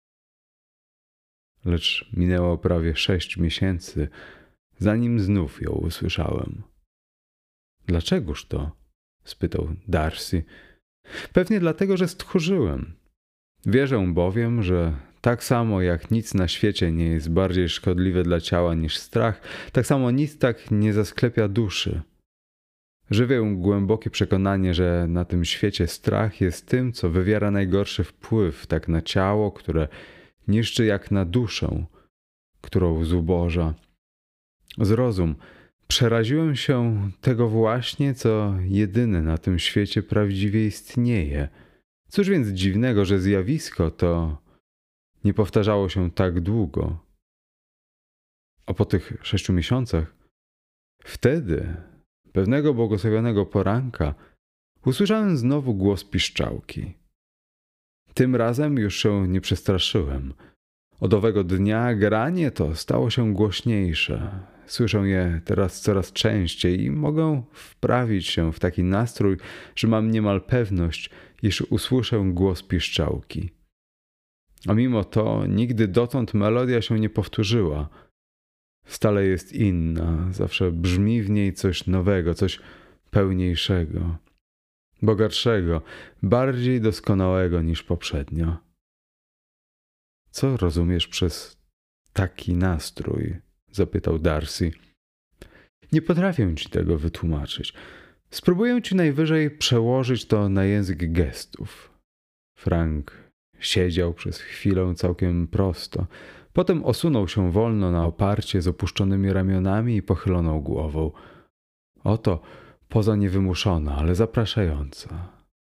Speaker 3: Lecz minęło prawie sześć miesięcy, zanim znów ją usłyszałem. Dlaczegoż to? Spytał Darcy. Pewnie dlatego, że stchórzyłem. Wierzę bowiem, że tak samo jak nic na świecie nie jest bardziej szkodliwe dla ciała niż strach, tak samo nic tak nie zasklepia duszy. Żywię głębokie przekonanie, że na tym świecie strach jest tym, co wywiera najgorszy wpływ tak na ciało, które niszczy, jak na duszę, którą zuboża. Zrozum, przeraziłem się tego właśnie, co jedyne na tym świecie prawdziwie istnieje. Cóż więc dziwnego, że zjawisko to nie powtarzało się tak długo. A po tych sześciu miesiącach, wtedy, pewnego błogosławionego poranka, usłyszałem znowu głos piszczałki. Tym razem już się nie przestraszyłem. Od owego dnia granie to stało się głośniejsze. Słyszę je teraz coraz częściej i mogę wprawić się w taki nastrój, że mam niemal pewność, iż usłyszę głos piszczałki. A mimo to nigdy dotąd melodia się nie powtórzyła. Stale jest inna, zawsze brzmi w niej coś nowego, coś pełniejszego, bogatszego, bardziej doskonałego niż poprzednio. Co rozumiesz przez taki nastrój? Zapytał Darcy. Nie potrafię ci tego wytłumaczyć. Spróbuję ci najwyżej przełożyć to na język gestów. Frank siedział przez chwilę całkiem prosto. Potem osunął się wolno na oparcie z opuszczonymi ramionami i pochyloną głową. Oto poza niewymuszona, ale zapraszająca.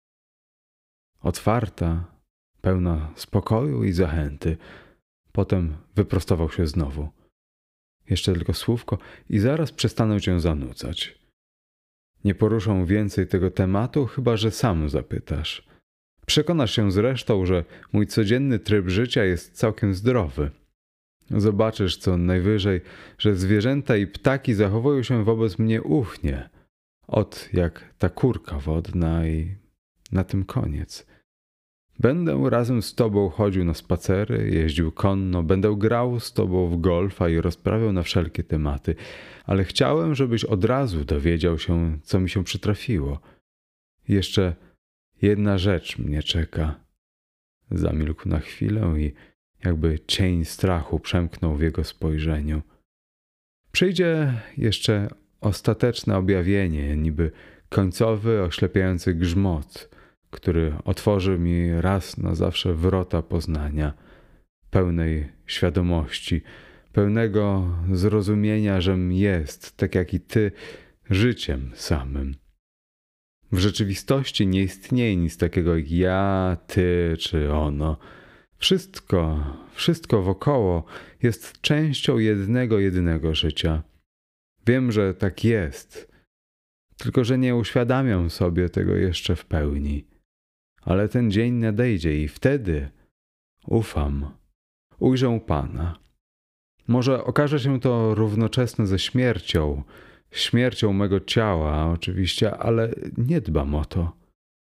Speaker 3: Otwarta, pełna spokoju i zachęty. Potem wyprostował się znowu. Jeszcze tylko słówko i zaraz przestanę cię zanudzać. Nie poruszę więcej tego tematu, chyba że sam zapytasz. Przekonasz się zresztą, że mój codzienny tryb życia jest całkiem zdrowy. Zobaczysz co najwyżej, że zwierzęta i ptaki zachowują się wobec mnie ufnie. Ot jak ta kurka wodna i na tym koniec. Będę razem z tobą chodził na spacery, jeździł konno, będę grał z tobą w golfa i rozprawiał na wszelkie tematy, ale chciałem, żebyś od razu dowiedział się, co mi się przytrafiło. Jeszcze jedna rzecz mnie czeka. Zamilkł na chwilę i jakby cień strachu przemknął w jego spojrzeniu. Przyjdzie jeszcze ostateczne objawienie, niby końcowy, oślepiający grzmot, który otworzy mi raz na zawsze wrota poznania, pełnej świadomości, pełnego zrozumienia, żem jest, tak jak i ty, życiem samym. W rzeczywistości nie istnieje nic takiego jak ja, ty czy ono. Wszystko, wszystko wokoło jest częścią jednego, jedynego życia. Wiem, że tak jest, tylko że nie uświadamiam sobie tego jeszcze w pełni. Ale ten dzień nadejdzie i wtedy, ufam, ujrzę Pana. Może okaże się to równoczesne ze śmiercią, śmiercią mego ciała oczywiście, ale nie dbam o to.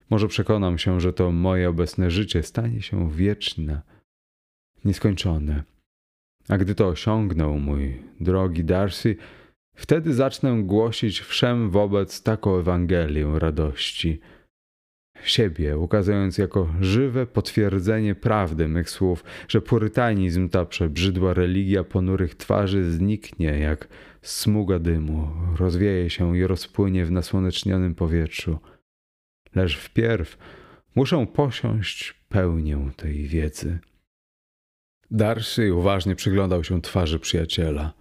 Speaker 3: Może przekonam się, że to moje obecne życie stanie się wieczne, nieskończone. A gdy to osiągnę, mój drogi Darcy, wtedy zacznę głosić wszem wobec taką Ewangelię radości. Siebie ukazując jako żywe potwierdzenie prawdy mych słów, że purytanizm, ta przebrzydła religia ponurych twarzy zniknie jak smuga dymu, rozwieje się i rozpłynie w nasłonecznionym powietrzu. Lecz wpierw muszę posiąść pełnię tej wiedzy. Darcy uważnie przyglądał się twarzy przyjaciela.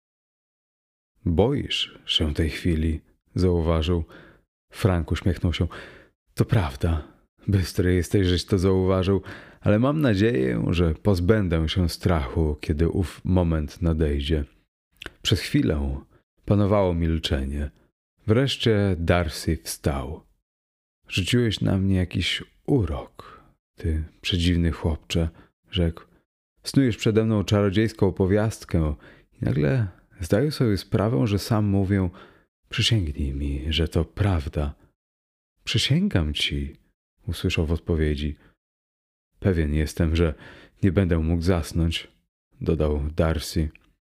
Speaker 3: Boisz się tej chwili, zauważył. Frank uśmiechnął się. To prawda, bystry jesteś, żeś to zauważył, ale mam nadzieję, że pozbędę się strachu, kiedy ów moment nadejdzie. Przez chwilę panowało milczenie. Wreszcie Darcy wstał. Rzuciłeś na mnie jakiś urok, ty przedziwny chłopcze, rzekł. Snujesz przede mną czarodziejską opowiastkę i nagle zdaję sobie sprawę, że sam mówię, przysięgnij mi, że to prawda. Przysięgam ci, usłyszał w odpowiedzi. Pewien jestem, że nie będę mógł zasnąć, dodał Darcy.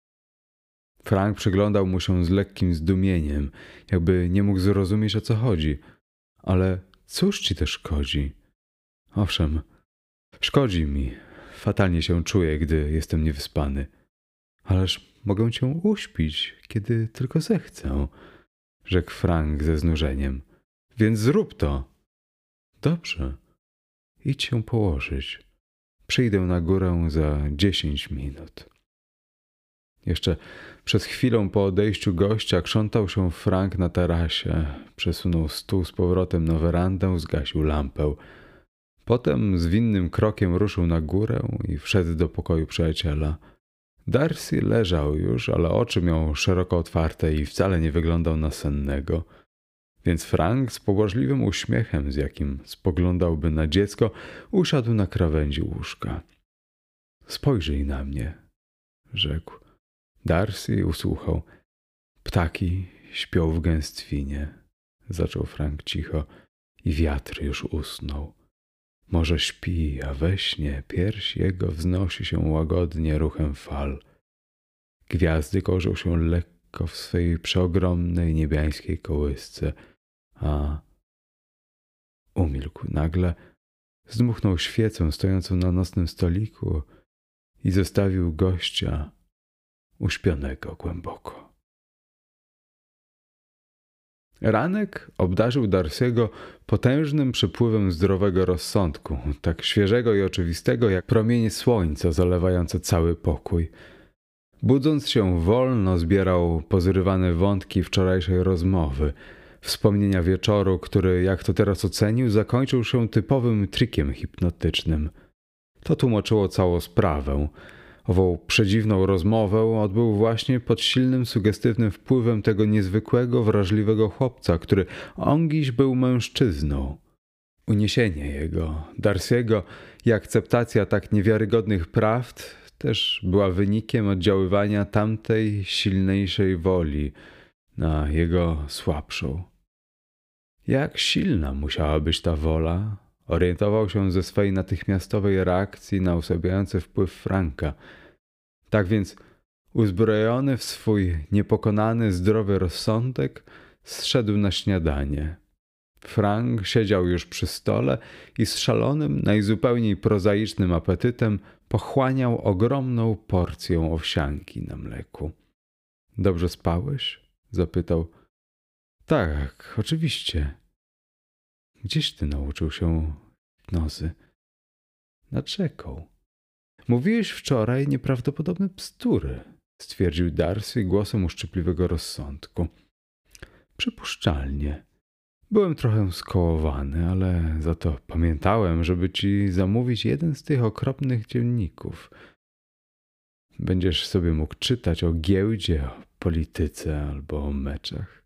Speaker 3: Frank przyglądał mu się z lekkim zdumieniem, jakby nie mógł zrozumieć, o co chodzi. Ale cóż ci to szkodzi? Owszem, szkodzi mi. Fatalnie się czuję, gdy jestem niewyspany. Ależ mogę cię uśpić, kiedy tylko zechcę, rzekł Frank ze znużeniem. Więc zrób to. Dobrze. Idź się położyć. Przyjdę na górę za dziesięć minut. Jeszcze przez chwilę po odejściu gościa krzątał się Frank na tarasie. Przesunął stół z powrotem na werandę, zgasił lampę. Potem zwinnym krokiem ruszył na górę i wszedł do pokoju przyjaciela. Darcy leżał już, ale oczy miał szeroko otwarte i wcale nie wyglądał na sennego. Więc Frank z pobłażliwym uśmiechem, z jakim spoglądałby na dziecko, usiadł na krawędzi łóżka. Spojrzyj na mnie, rzekł. Darcy usłuchał. Ptaki śpią w gęstwinie, zaczął Frank cicho, i wiatr już usnął. Może śpi, a we śnie pierś jego wznosi się łagodnie ruchem fal. Gwiazdy korzą się lekko w swej przeogromnej niebiańskiej kołysce, a... Umilkł nagle, zdmuchnął świecę stojącą na nocnym stoliku i zostawił gościa uśpionego głęboko. Ranek obdarzył Darcy'ego potężnym przypływem zdrowego rozsądku, tak świeżego i oczywistego jak promienie słońca zalewające cały pokój. Budząc się wolno, zbierał pozrywane wątki wczorajszej rozmowy, wspomnienia wieczoru, który, jak to teraz ocenił, zakończył się typowym trikiem hipnotycznym. To tłumaczyło całą sprawę. Ową przedziwną rozmowę odbył właśnie pod silnym, sugestywnym wpływem tego niezwykłego, wrażliwego chłopca, który ongiś był mężczyzną. Uniesienie jego, Darcy'ego i akceptacja tak niewiarygodnych prawd też była wynikiem oddziaływania tamtej silniejszej woli na jego słabszą. Jak silna musiała być ta wola, orientował się ze swej natychmiastowej reakcji na usabiający wpływ Franka. Tak więc uzbrojony w swój niepokonany, zdrowy rozsądek zszedł na śniadanie. Frank siedział już przy stole i z szalonym, najzupełniej prozaicznym apetytem pochłaniał ogromną porcję owsianki na mleku. — Dobrze spałeś? — zapytał. — Tak, oczywiście. — Gdzieś ty nauczył się hipnozy? — Nad rzeką. — Mówiłeś wczoraj nieprawdopodobne bzdury — stwierdził Darcy głosem uszczypliwego rozsądku. — Przypuszczalnie. Byłem trochę skołowany, ale za to pamiętałem, żeby ci zamówić jeden z tych okropnych dzienników. Będziesz sobie mógł czytać o giełdzie, o polityce albo o meczach.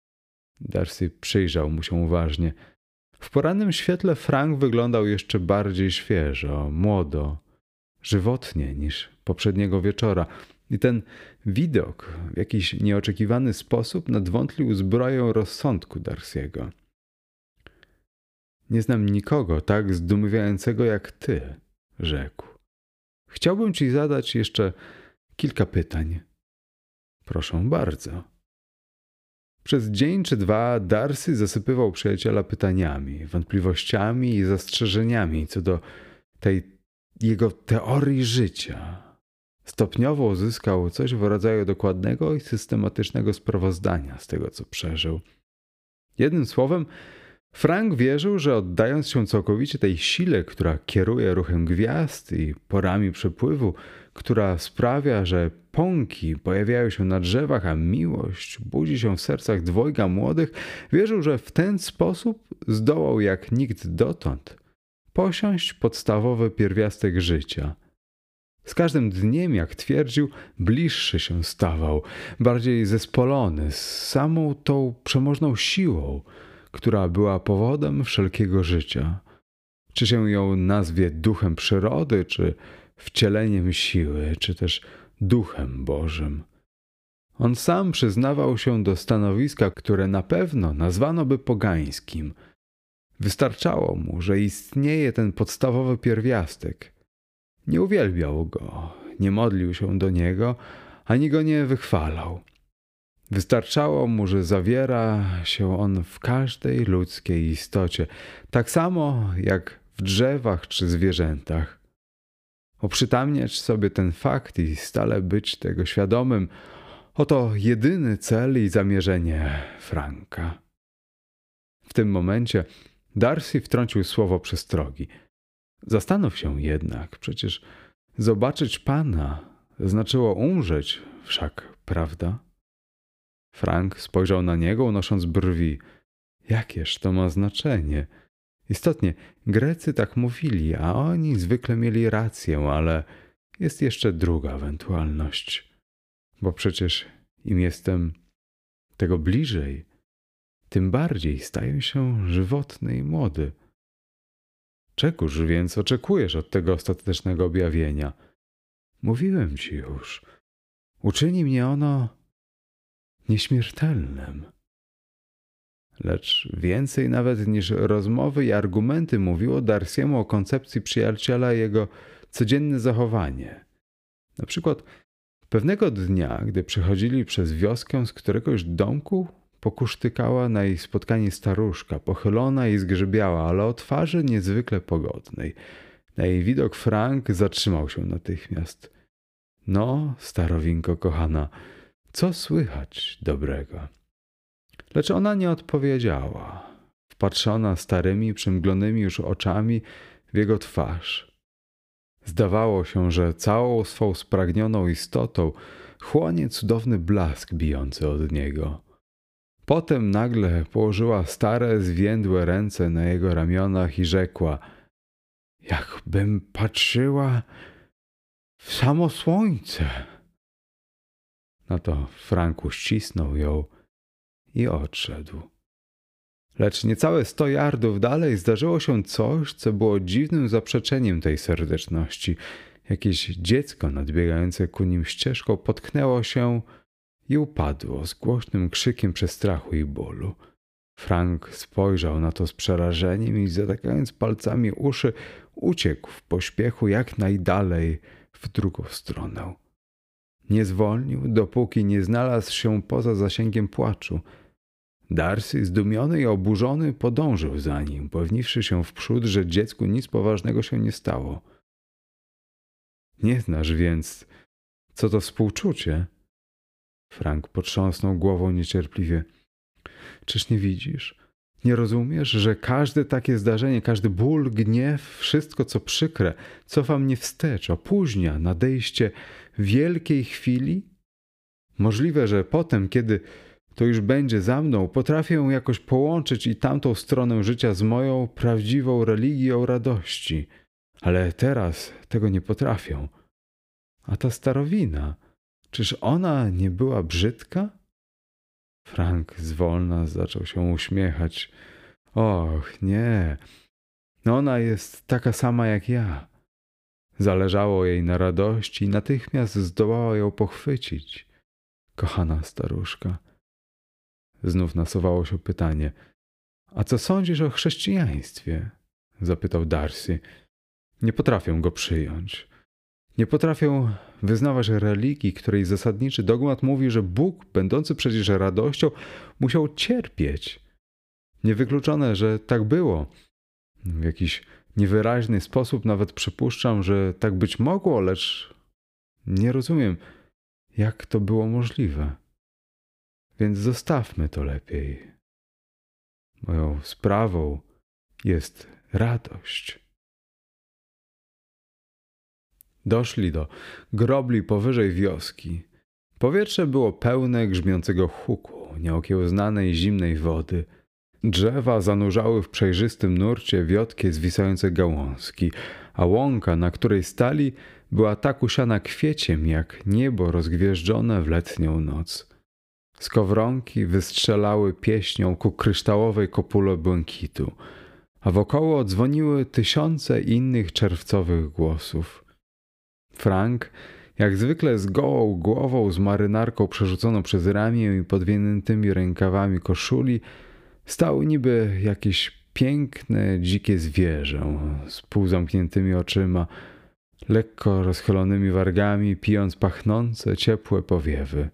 Speaker 3: Darcy przyjrzał mu się uważnie. W porannym świetle Frank wyglądał jeszcze bardziej świeżo, młodo, żywotnie niż poprzedniego wieczora. I ten widok w jakiś nieoczekiwany sposób nadwątlił zbroję rozsądku Darcy'ego. Nie znam nikogo tak zdumiewającego jak ty, rzekł. Chciałbym ci zadać jeszcze kilka pytań. Proszę bardzo. Przez dzień czy dwa Darcy zasypywał przyjaciela pytaniami, wątpliwościami i zastrzeżeniami co do tej jego teorii życia. Stopniowo uzyskał coś w rodzaju dokładnego i systematycznego sprawozdania z tego, co przeżył. Jednym słowem, Frank wierzył, że oddając się całkowicie tej sile, która kieruje ruchem gwiazd i porami przepływu, która sprawia, że pąki pojawiają się na drzewach, a miłość budzi się w sercach dwojga młodych, wierzył, że w ten sposób zdołał jak nikt dotąd posiąść podstawowy pierwiastek życia. Z każdym dniem, jak twierdził, bliższy się stawał, bardziej zespolony z samą tą przemożną siłą, która była powodem wszelkiego życia. Czy się ją nazwie duchem przyrody, czy wcieleniem siły, czy też duchem Bożym. On sam przyznawał się do stanowiska, które na pewno nazwano by pogańskim. Wystarczało mu, że istnieje ten podstawowy pierwiastek. Nie uwielbiał go, nie modlił się do niego, ani go nie wychwalał. Wystarczało mu, że zawiera się on w każdej ludzkiej istocie, tak samo jak w drzewach czy zwierzętach. Oprzytamniać sobie ten fakt i stale być tego świadomym, oto jedyny cel i zamierzenie Franka. W tym momencie Darcy wtrącił słowo przestrogi. Zastanów się jednak, przecież zobaczyć Pana znaczyło umrzeć wszak, prawda? Frank spojrzał na niego, unosząc brwi. Jakież to ma znaczenie? Istotnie, Grecy tak mówili, a oni zwykle mieli rację, ale jest jeszcze druga ewentualność. Bo przecież im jestem tego bliżej, tym bardziej staję się żywotny i młody. Czegóż więc oczekujesz od tego ostatecznego objawienia? Mówiłem ci już. Uczyni mnie ono nieśmiertelnym. Lecz więcej nawet niż rozmowy i argumenty mówiło Darcy'emu o koncepcji przyjaciela jego codzienne zachowanie. Na przykład pewnego dnia, gdy przechodzili przez wioskę, z któregoś domku pokusztykała na ich spotkanie staruszka, pochylona i zgrzybiała, ale o twarzy niezwykle pogodnej. Na jej widok Frank zatrzymał się natychmiast. No, starowinko kochana, co słychać dobrego? Lecz ona nie odpowiedziała, wpatrzona starymi, przymglonymi już oczami w jego twarz. Zdawało się, że całą swą spragnioną istotą chłonie cudowny blask bijący od niego. Potem nagle położyła stare, zwiędłe ręce na jego ramionach i rzekła: jakbym patrzyła w samo słońce. Na to Frank uścisnął ją i odszedł. Lecz niecałe sto yardów dalej zdarzyło się coś, co było dziwnym zaprzeczeniem tej serdeczności. Jakieś dziecko nadbiegające ku nim ścieżką potknęło się i upadło z głośnym krzykiem przestrachu i bólu. Frank spojrzał na to z przerażeniem i zatykając palcami uszy, uciekł w pośpiechu jak najdalej w drugą stronę. Nie zwolnił, dopóki nie znalazł się poza zasięgiem płaczu. Darcy, zdumiony i oburzony, podążył za nim, pewniwszy się wprzód, że dziecku nic poważnego się nie stało. Nie znasz więc, co to współczucie? Frank potrząsnął głową niecierpliwie. Czyż nie widzisz? Nie rozumiesz, że każde takie zdarzenie, każdy ból, gniew, wszystko co przykre, cofa mnie wstecz, opóźnia nadejście wielkiej chwili? Możliwe, że potem, kiedy to już będzie za mną, potrafię jakoś połączyć i tamtą stronę życia z moją prawdziwą religią radości. Ale teraz tego nie potrafię. A ta starowina, czyż ona nie była brzydka? Frank zwolna zaczął się uśmiechać. Och, nie. Ona jest taka sama jak ja. Zależało jej na radości i natychmiast zdołała ją pochwycić. Kochana staruszka. Znów nasuwało się pytanie. A co sądzisz o chrześcijaństwie? Zapytał Darcy. Nie potrafią go przyjąć. Nie potrafią wyznawać religii, której zasadniczy dogmat mówi, że Bóg, będący przecież radością, musiał cierpieć. Niewykluczone, że tak było. W jakiś niewyraźny sposób nawet przypuszczam, że tak być mogło, lecz nie rozumiem, jak to było możliwe. Więc zostawmy to lepiej. Moją sprawą jest radość. Doszli do grobli powyżej wioski. Powietrze było pełne grzmiącego huku, nieokiełznanej zimnej wody. Drzewa zanurzały w przejrzystym nurcie wiotkie zwisające gałązki, a łąka, na której stali, była tak usiana kwieciem, jak niebo rozgwieżdżone w letnią noc. Skowronki wystrzelały pieśnią ku kryształowej kopule błękitu, a wokoło dzwoniły tysiące innych czerwcowych głosów. Frank, jak zwykle z gołą głową, z marynarką przerzuconą przez ramię i podwiniętymi rękawami koszuli, stał niby jakieś piękne, dzikie zwierzę z półzamkniętymi oczyma, lekko rozchylonymi wargami, pijąc pachnące, ciepłe powiewy.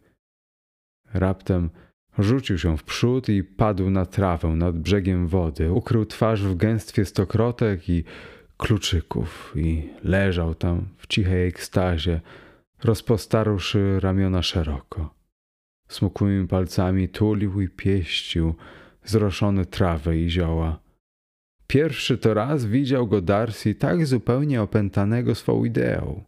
Speaker 3: Raptem rzucił się w przód i padł na trawę nad brzegiem wody, ukrył twarz w gęstwie stokrotek i kluczyków i leżał tam w cichej ekstazie, rozpostarłszy ramiona szeroko. Smukłymi palcami tulił i pieścił zroszone trawy i zioła. Pierwszy to raz widział go Darcy tak zupełnie opętanego swą ideą.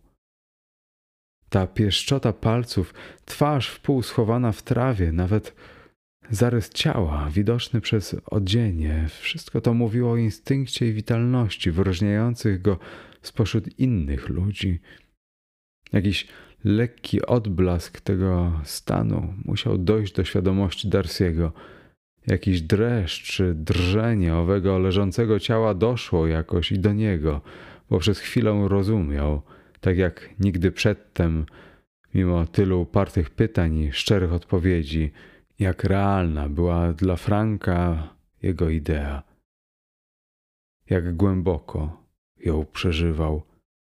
Speaker 3: Ta pieszczota palców, twarz wpół schowana w trawie, nawet zarys ciała, widoczny przez odzienie, wszystko to mówiło o instynkcie i witalności wyróżniających go spośród innych ludzi. Jakiś lekki odblask tego stanu musiał dojść do świadomości Darcy'ego. Jakiś dreszcz czy drżenie owego leżącego ciała doszło jakoś i do niego, bo przez chwilę rozumiał, tak jak nigdy przedtem, mimo tylu upartych pytań i szczerych odpowiedzi, jak realna była dla Franka jego idea. Jak głęboko ją przeżywał.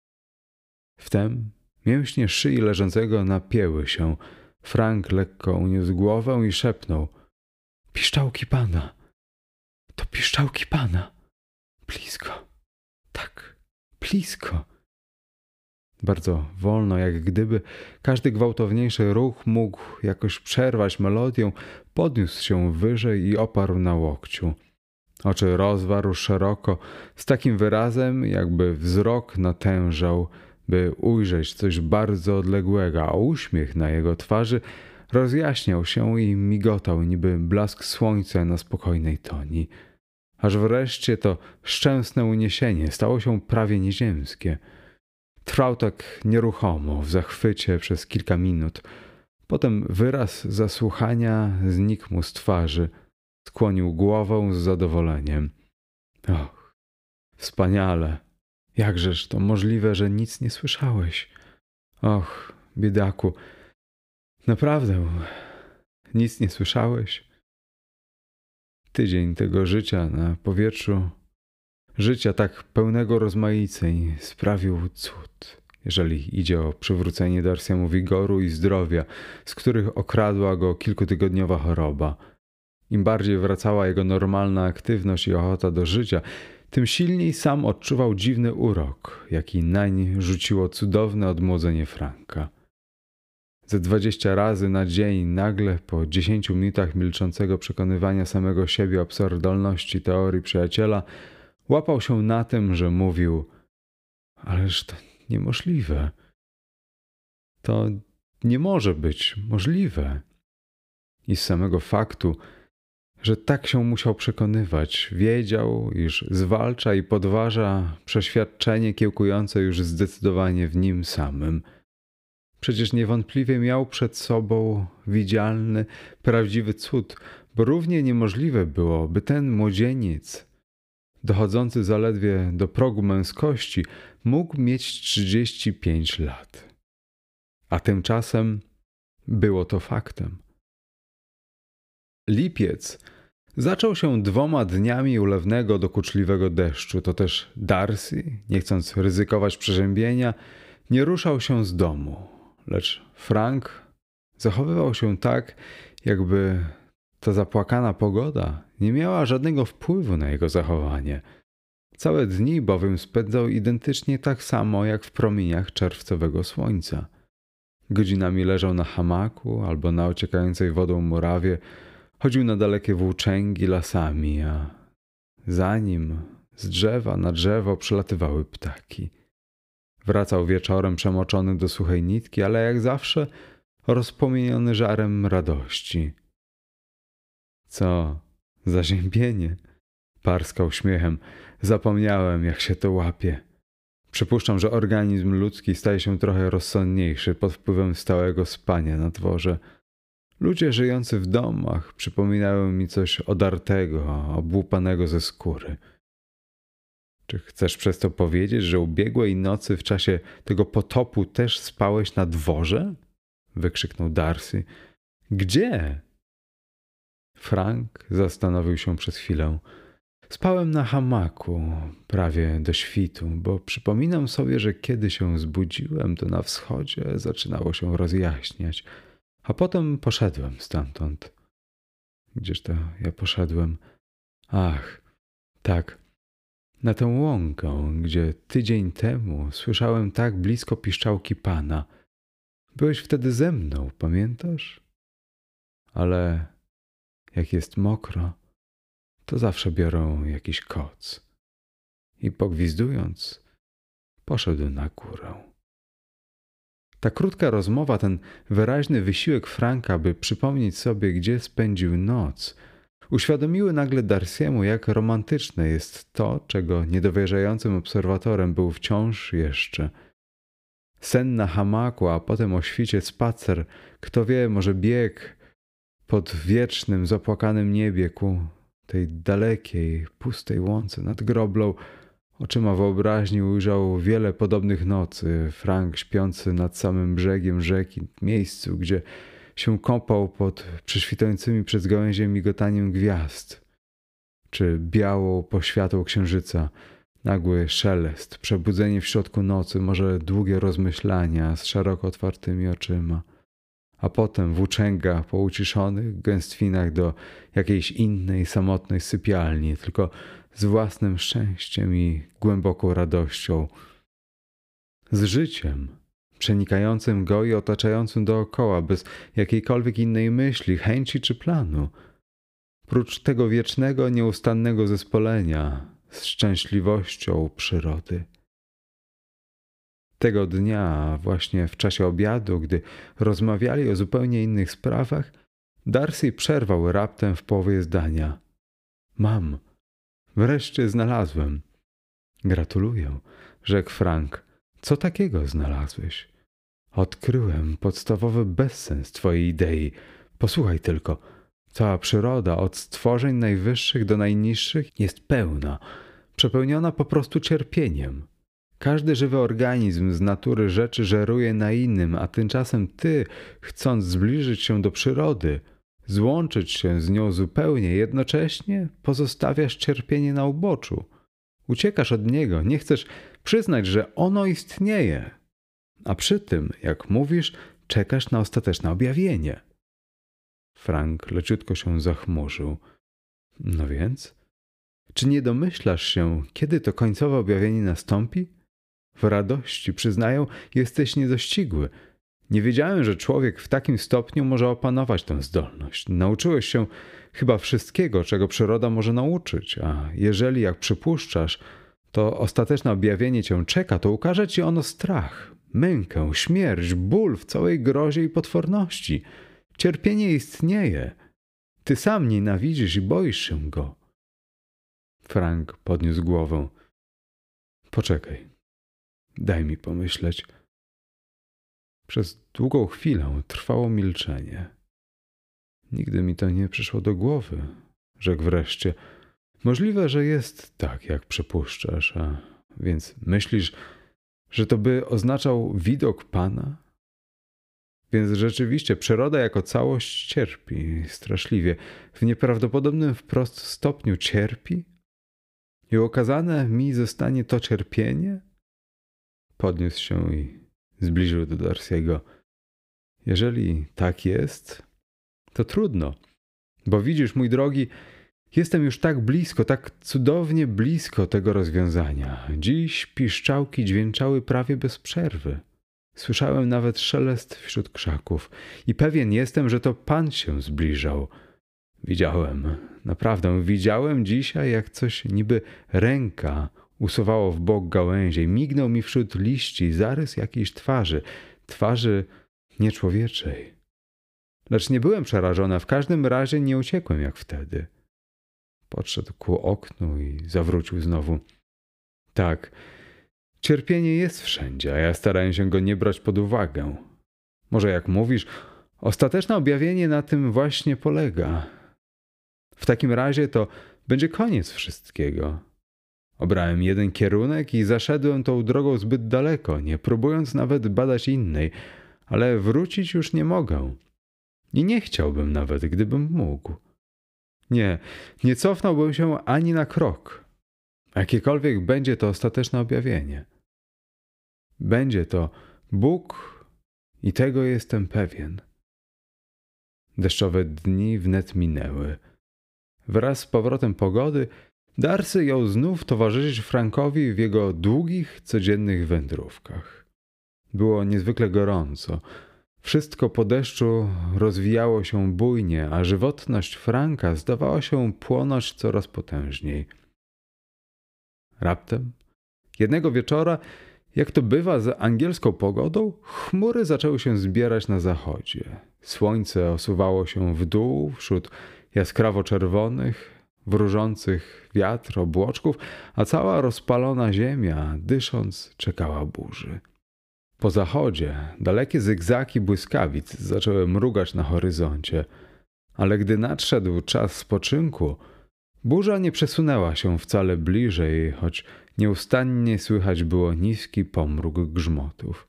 Speaker 3: Wtem mięśnie szyi leżącego napięły się. Frank lekko uniósł głowę i szepnął: piszczałki pana. To piszczałki pana. Blisko. Tak, blisko. Bardzo wolno, jak gdyby każdy gwałtowniejszy ruch mógł jakoś przerwać melodię, podniósł się wyżej i oparł na łokciu. Oczy rozwarł szeroko, z takim wyrazem, jakby wzrok natężał, by ujrzeć coś bardzo odległego, a uśmiech na jego twarzy rozjaśniał się i migotał niby blask słońca na spokojnej toni. Aż wreszcie to szczęsne uniesienie stało się prawie nieziemskie. Trwał tak nieruchomo, w zachwycie przez kilka minut. Potem wyraz zasłuchania znikł mu z twarzy. Skłonił głowę z zadowoleniem. Och, wspaniale! Jakżeż to możliwe, że nic nie słyszałeś? Och, biedaku, naprawdę nic nie słyszałeś? Tydzień tego życia na powietrzu, życia tak pełnego rozmaiceń, sprawił cud, jeżeli idzie o przywrócenie Darcy'emu wigoru i zdrowia, z których okradła go kilkutygodniowa choroba. Im bardziej wracała jego normalna aktywność i ochota do życia, tym silniej sam odczuwał dziwny urok, jaki nań rzuciło cudowne odmłodzenie Franka. Ze dwadzieścia razy na dzień nagle, po dziesięciu minutach milczącego przekonywania samego siebie o absurdalności teorii przyjaciela, łapał się na tym, że mówił: ależ to niemożliwe. To nie może być możliwe. I z samego faktu, że tak się musiał przekonywać, wiedział, iż zwalcza i podważa przeświadczenie kiełkujące już zdecydowanie w nim samym. Przecież niewątpliwie miał przed sobą widzialny, prawdziwy cud, bo równie niemożliwe było, by ten młodzieniec, dochodzący zaledwie do progu męskości, mógł mieć trzydzieści pięć lat. A tymczasem było to faktem. Lipiec Zaczął się dwoma dniami ulewnego, dokuczliwego deszczu. To też Darcy, nie chcąc ryzykować przeziębienia, nie ruszał się z domu. Lecz Frank zachowywał się tak, jakby ta zapłakana pogoda nie miała żadnego wpływu na jego zachowanie. Całe dni bowiem spędzał identycznie tak samo jak w promieniach czerwcowego słońca. Godzinami leżał na hamaku albo na ociekającej wodą murawie, chodził na dalekie włóczęgi lasami, a za nim z drzewa na drzewo przelatywały ptaki. Wracał wieczorem przemoczony do suchej nitki, ale jak zawsze rozpłomieniony żarem radości. Co za ziębienie! Parskał śmiechem. Zapomniałem, jak się to łapie. Przypuszczam, że organizm ludzki staje się trochę rozsądniejszy pod wpływem stałego spania na dworze. Ludzie żyjący w domach przypominają mi coś odartego, obłupanego ze skóry. Czy chcesz przez to powiedzieć, że ubiegłej nocy w czasie tego potopu też spałeś na dworze? Wykrzyknął Darcy. Gdzie? Frank zastanowił się przez chwilę. Spałem na hamaku prawie do świtu, bo przypominam sobie, że kiedy się zbudziłem, to na wschodzie zaczynało się rozjaśniać, a potem poszedłem stamtąd. Gdzież to ja poszedłem? Ach, tak, na tę łąkę, gdzie tydzień temu słyszałem tak blisko piszczałki pana. Byłeś wtedy ze mną, pamiętasz? Ale jak jest mokro, to zawsze biorą jakiś koc. I pogwizdując, poszedł na górę. Ta krótka rozmowa, ten wyraźny wysiłek Franka, by przypomnieć sobie, gdzie spędził noc, uświadomiły nagle Darcy'emu, jak romantyczne jest to, czego niedowierzającym obserwatorem był wciąż jeszcze. Sen na hamaku, a potem o świcie spacer, kto wie, może bieg pod wiecznym, zapłakanym niebie ku tej dalekiej, pustej łące nad Groblą. Oczyma wyobraźni ujrzał wiele podobnych nocy. Frank śpiący nad samym brzegiem rzeki, miejscu, gdzie się kąpał pod prześwitującymi przez gałęzie migotaniem gwiazd, czy białą poświatą księżyca, nagły szelest, przebudzenie w środku nocy, może długie rozmyślania z szeroko otwartymi oczyma, a potem włóczęga po uciszonych gęstwinach do jakiejś innej, samotnej sypialni, tylko z własnym szczęściem i głęboką radością. Z życiem, przenikającym go i otaczającym dookoła, bez jakiejkolwiek innej myśli, chęci czy planu. Prócz tego wiecznego, nieustannego zespolenia z szczęśliwością przyrody. Tego dnia, właśnie w czasie obiadu, gdy rozmawiali o zupełnie innych sprawach, Darcy przerwał raptem w połowie zdania. Mam. Wreszcie znalazłem. Gratuluję, rzekł Frank. Co takiego znalazłeś? Odkryłem podstawowy bezsens twojej idei. Posłuchaj tylko. Cała przyroda, od stworzeń najwyższych do najniższych, jest pełna, przepełniona po prostu cierpieniem. Każdy żywy organizm z natury rzeczy żeruje na innym, a tymczasem ty, chcąc zbliżyć się do przyrody, złączyć się z nią zupełnie, jednocześnie pozostawiasz cierpienie na uboczu. Uciekasz od niego, nie chcesz przyznać, że ono istnieje. A przy tym, jak mówisz, czekasz na ostateczne objawienie. Frank leciutko się zachmurzył. No więc? Czy nie domyślasz się, kiedy to końcowe objawienie nastąpi? W radości, przyznaję, jesteś niedościgły. Nie wiedziałem, że człowiek w takim stopniu może opanować tę zdolność. Nauczyłeś się chyba wszystkiego, czego przyroda może nauczyć, a jeżeli, jak przypuszczasz, to ostateczne objawienie cię czeka, to ukaże ci ono strach, mękę, śmierć, ból w całej grozie i potworności. Cierpienie istnieje. Ty sam nienawidzisz i boisz się go. Frank podniósł głowę. Poczekaj. Daj mi pomyśleć. Przez długą chwilę trwało milczenie. Nigdy mi to nie przyszło do głowy, rzekł wreszcie. Możliwe, że jest tak, jak przypuszczasz, a więc myślisz, że to by oznaczał widok pana? Więc rzeczywiście przyroda jako całość cierpi straszliwie. W nieprawdopodobnym wprost stopniu cierpi? I okazane mi zostanie to cierpienie? Podniósł się i zbliżył do Darcy'ego. Jeżeli tak jest, to trudno. Bo widzisz, mój drogi, jestem już tak blisko, tak cudownie blisko tego rozwiązania. Dziś piszczałki dźwięczały prawie bez przerwy. Słyszałem nawet szelest wśród krzaków i pewien jestem, że to Pan się zbliżał. Widziałem, naprawdę widziałem dzisiaj, jak coś niby ręka usuwało w bok gałęzie. Mignął mi wśród liści zarys jakiejś twarzy, twarzy nieczłowieczej. Lecz nie byłem przerażona, w każdym razie nie uciekłem jak wtedy. Podszedł ku oknu i zawrócił znowu. Tak, cierpienie jest wszędzie, a ja staraję się go nie brać pod uwagę. Może jak mówisz, ostateczne objawienie na tym właśnie polega. W takim razie to będzie koniec wszystkiego. Obrałem jeden kierunek i zaszedłem tą drogą zbyt daleko, nie próbując nawet badać innej, ale wrócić już nie mogę. I nie chciałbym nawet, gdybym mógł. Nie, nie cofnąłbym się ani na krok. Jakiekolwiek będzie to ostateczne objawienie. Będzie to Bóg i tego jestem pewien. Deszczowe dni wnet minęły. Wraz z powrotem pogody Darcy jął znów towarzyszyć Frankowi w jego długich, codziennych wędrówkach. Było niezwykle gorąco. Wszystko po deszczu rozwijało się bujnie, a żywotność Franka zdawała się płonąć coraz potężniej. Raptem, jednego wieczora, jak to bywa z angielską pogodą, chmury zaczęły się zbierać na zachodzie. Słońce osuwało się w dół wśród jaskrawo czerwonych, wróżących wiatr obłoczków, a cała rozpalona ziemia, dysząc, czekała burzy. Po zachodzie dalekie zygzaki błyskawic zaczęły mrugać na horyzoncie, ale gdy nadszedł czas spoczynku, burza nie przesunęła się wcale bliżej, choć nieustannie słychać było niski pomruk grzmotów.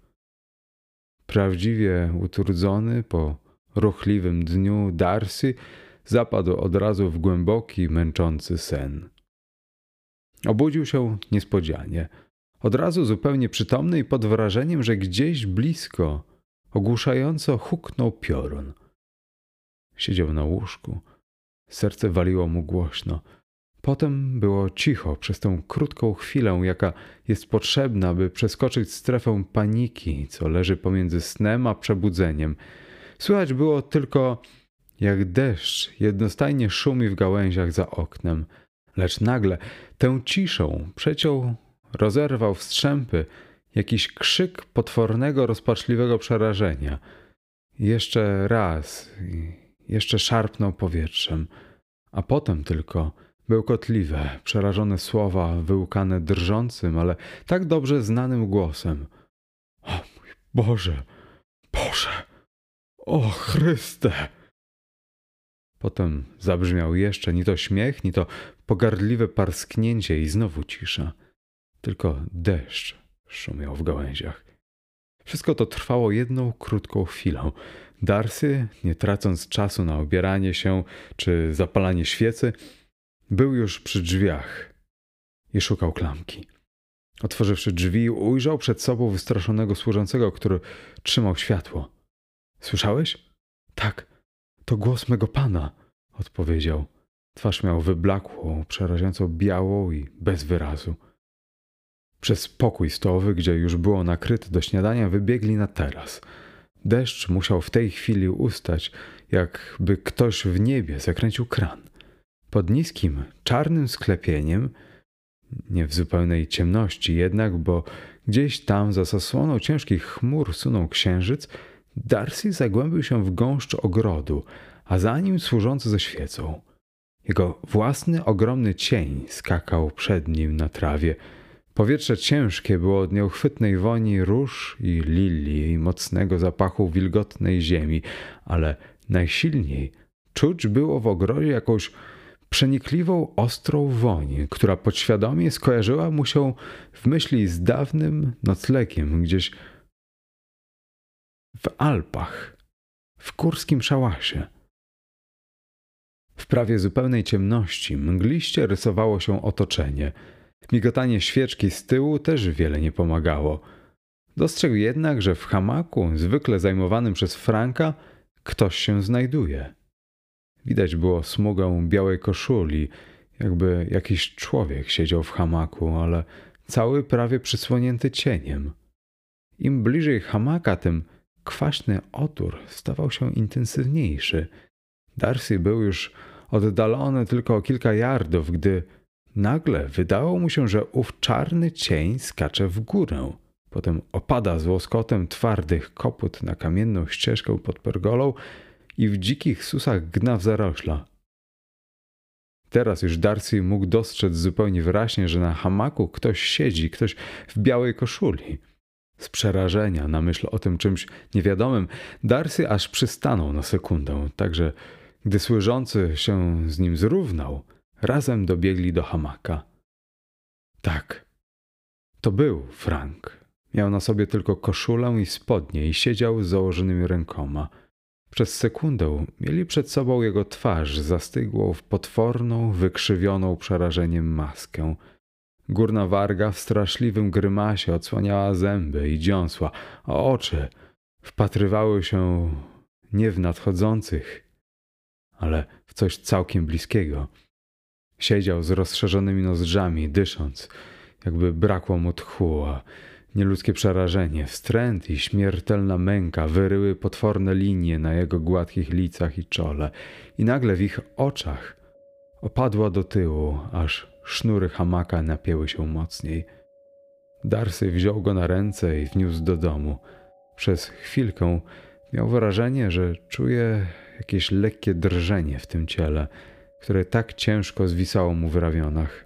Speaker 3: Prawdziwie utrudzony po ruchliwym dniu Darcy zapadł od razu w głęboki, męczący sen. Obudził się niespodzianie. Od razu zupełnie przytomny i pod wrażeniem, że gdzieś blisko ogłuszająco huknął piorun. Siedział na łóżku. Serce waliło mu głośno. Potem było cicho przez tę krótką chwilę, jaka jest potrzebna, by przeskoczyć strefę paniki, co leży pomiędzy snem a przebudzeniem. Słychać było tylko, jak deszcz jednostajnie szumi w gałęziach za oknem. Lecz nagle tę ciszą przeciął, rozerwał wstrzępy jakiś krzyk potwornego, rozpaczliwego przerażenia. Jeszcze raz, jeszcze szarpnął powietrzem, a potem tylko bełkotliwe, przerażone słowa wyłkane drżącym, ale tak dobrze znanym głosem. O mój Boże, Boże, o Chryste! Potem zabrzmiał jeszcze ni to śmiech, ni to pogardliwe parsknięcie i znowu cisza. Tylko deszcz szumiał w gałęziach. Wszystko to trwało jedną krótką chwilę. Darcy, nie tracąc czasu na obieranie się czy zapalanie świecy, był już przy drzwiach i szukał klamki. Otworzywszy drzwi, ujrzał przed sobą wystraszonego służącego, który trzymał światło. — Słyszałeś? — Tak, to głos mego pana — odpowiedział. Twarz miał wyblakłą, przerażająco białą i bez wyrazu. Przez pokój stołowy, gdzie już było nakryte do śniadania, wybiegli na taras. Deszcz musiał w tej chwili ustać, jakby ktoś w niebie zakręcił kran. Pod niskim, czarnym sklepieniem, nie w zupełnej ciemności jednak, bo gdzieś tam za zasłoną ciężkich chmur sunął księżyc, Darcy zagłębił się w gąszcz ogrodu, a za nim służący ze świecą. Jego własny, ogromny cień skakał przed nim na trawie. Powietrze ciężkie było od nieuchwytnej woni róż i lilii i mocnego zapachu wilgotnej ziemi, ale najsilniej czuć było w ogrodzie jakąś przenikliwą, ostrą woń, która podświadomie skojarzyła mu się w myśli z dawnym noclegiem gdzieś w Alpach, w górskim szałasie. W prawie zupełnej ciemności mgliście rysowało się otoczenie. Migotanie świeczki z tyłu też wiele nie pomagało. Dostrzegł jednak, że w hamaku, zwykle zajmowanym przez Franka, ktoś się znajduje. Widać było smugę białej koszuli, jakby jakiś człowiek siedział w hamaku, ale cały prawie przysłonięty cieniem. Im bliżej hamaka, tym kwaśny odór stawał się intensywniejszy. Darcy był już oddalony tylko o kilka yardów, gdy nagle wydało mu się, że ów czarny cień skacze w górę. Potem opada z łoskotem twardych kopyt na kamienną ścieżkę pod pergolą i w dzikich susach gna w zarośla. Teraz już Darcy mógł dostrzec zupełnie wyraźnie, że na hamaku ktoś siedzi, ktoś w białej koszuli. Z przerażenia na myśl o tym czymś niewiadomym, Darcy aż przystanął na sekundę, tak że gdy słyszący się z nim zrównał, razem dobiegli do hamaka. Tak, to był Frank. Miał na sobie tylko koszulę i spodnie i siedział z założonymi rękoma. Przez sekundę mieli przed sobą jego twarz zastygłą w potworną, wykrzywioną przerażeniem maskę. Górna warga w straszliwym grymasie odsłaniała zęby i dziąsła, a oczy wpatrywały się nie w nadchodzących, ale w coś całkiem bliskiego. Siedział z rozszerzonymi nozdrzami, dysząc, jakby brakło mu tchu, a nieludzkie przerażenie, wstręt i śmiertelna męka wyryły potworne linie na jego gładkich licach i czole i nagle w ich oczach opadła do tyłu, aż sznury hamaka napięły się mocniej. Darcy wziął go na ręce i wniósł do domu. Przez chwilkę miał wrażenie, że czuje jakieś lekkie drżenie w tym ciele, które tak ciężko zwisało mu w ramionach.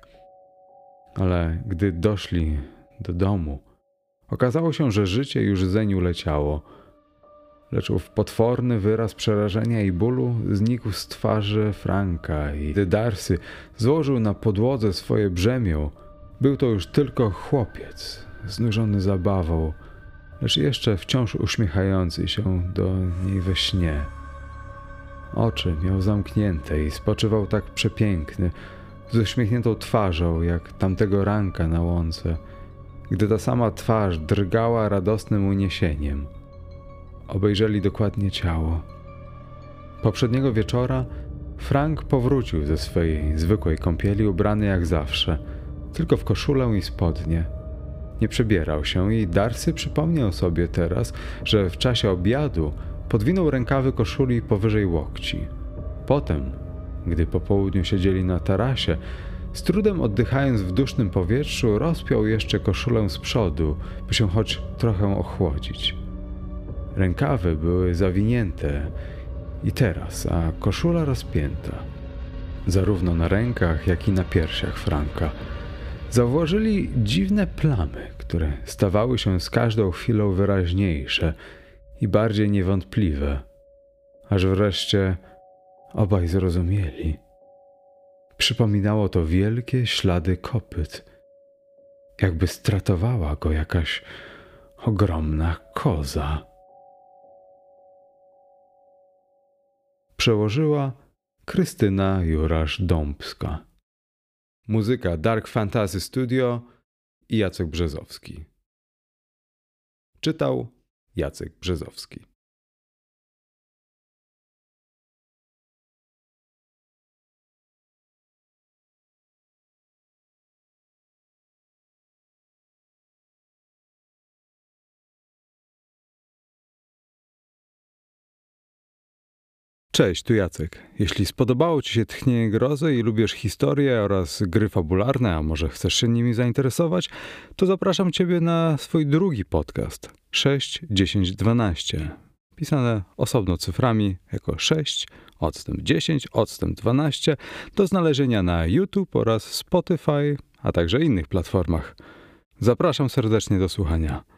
Speaker 3: Ale gdy doszli do domu, okazało się, że życie już zeń uleciało. Lecz ów potworny wyraz przerażenia i bólu znikł z twarzy Franka i gdy Darcy złożył na podłodze swoje brzemię, był to już tylko chłopiec, znużony zabawą, lecz jeszcze wciąż uśmiechający się do niej we śnie. Oczy miał zamknięte i spoczywał tak przepiękny, z uśmiechniętą twarzą, jak tamtego ranka na łące, gdy ta sama twarz drgała radosnym uniesieniem. Obejrzeli dokładnie ciało. Poprzedniego wieczora Frank powrócił ze swojej zwykłej kąpieli ubrany jak zawsze, tylko w koszulę i spodnie. Nie przebierał się i Darcy przypomniał sobie teraz, że w czasie obiadu podwinął rękawy koszuli powyżej łokci. Potem, gdy po południu siedzieli na tarasie, z trudem oddychając w dusznym powietrzu, rozpiął jeszcze koszulę z przodu, by się choć trochę ochłodzić. Rękawy były zawinięte i teraz, a koszula rozpięta. Zarówno na rękach, jak i na piersiach Franka. Zauważyli dziwne plamy, które stawały się z każdą chwilą wyraźniejsze i bardziej niewątpliwe, aż wreszcie obaj zrozumieli. Przypominało to wielkie ślady kopyt, jakby stratowała go jakaś ogromna koza. Przełożyła Krystyna Jurasz-Dąbska. Muzyka Dark Fantasy Studio i Jacek Brzezowski. Czytał Jacek Brzezowski. Cześć, tu Jacek. Jeśli spodobało Ci się Tchnienie Grozy i lubisz historie oraz gry fabularne, a może chcesz się nimi zainteresować, to zapraszam Ciebie na swój drugi podcast sześć, dziesięć, dwanaście. Pisane osobno cyframi jako sześć, odstęp dziesięć, odstęp dwanaście do znalezienia na YouTube oraz Spotify, a także innych platformach. Zapraszam serdecznie do słuchania.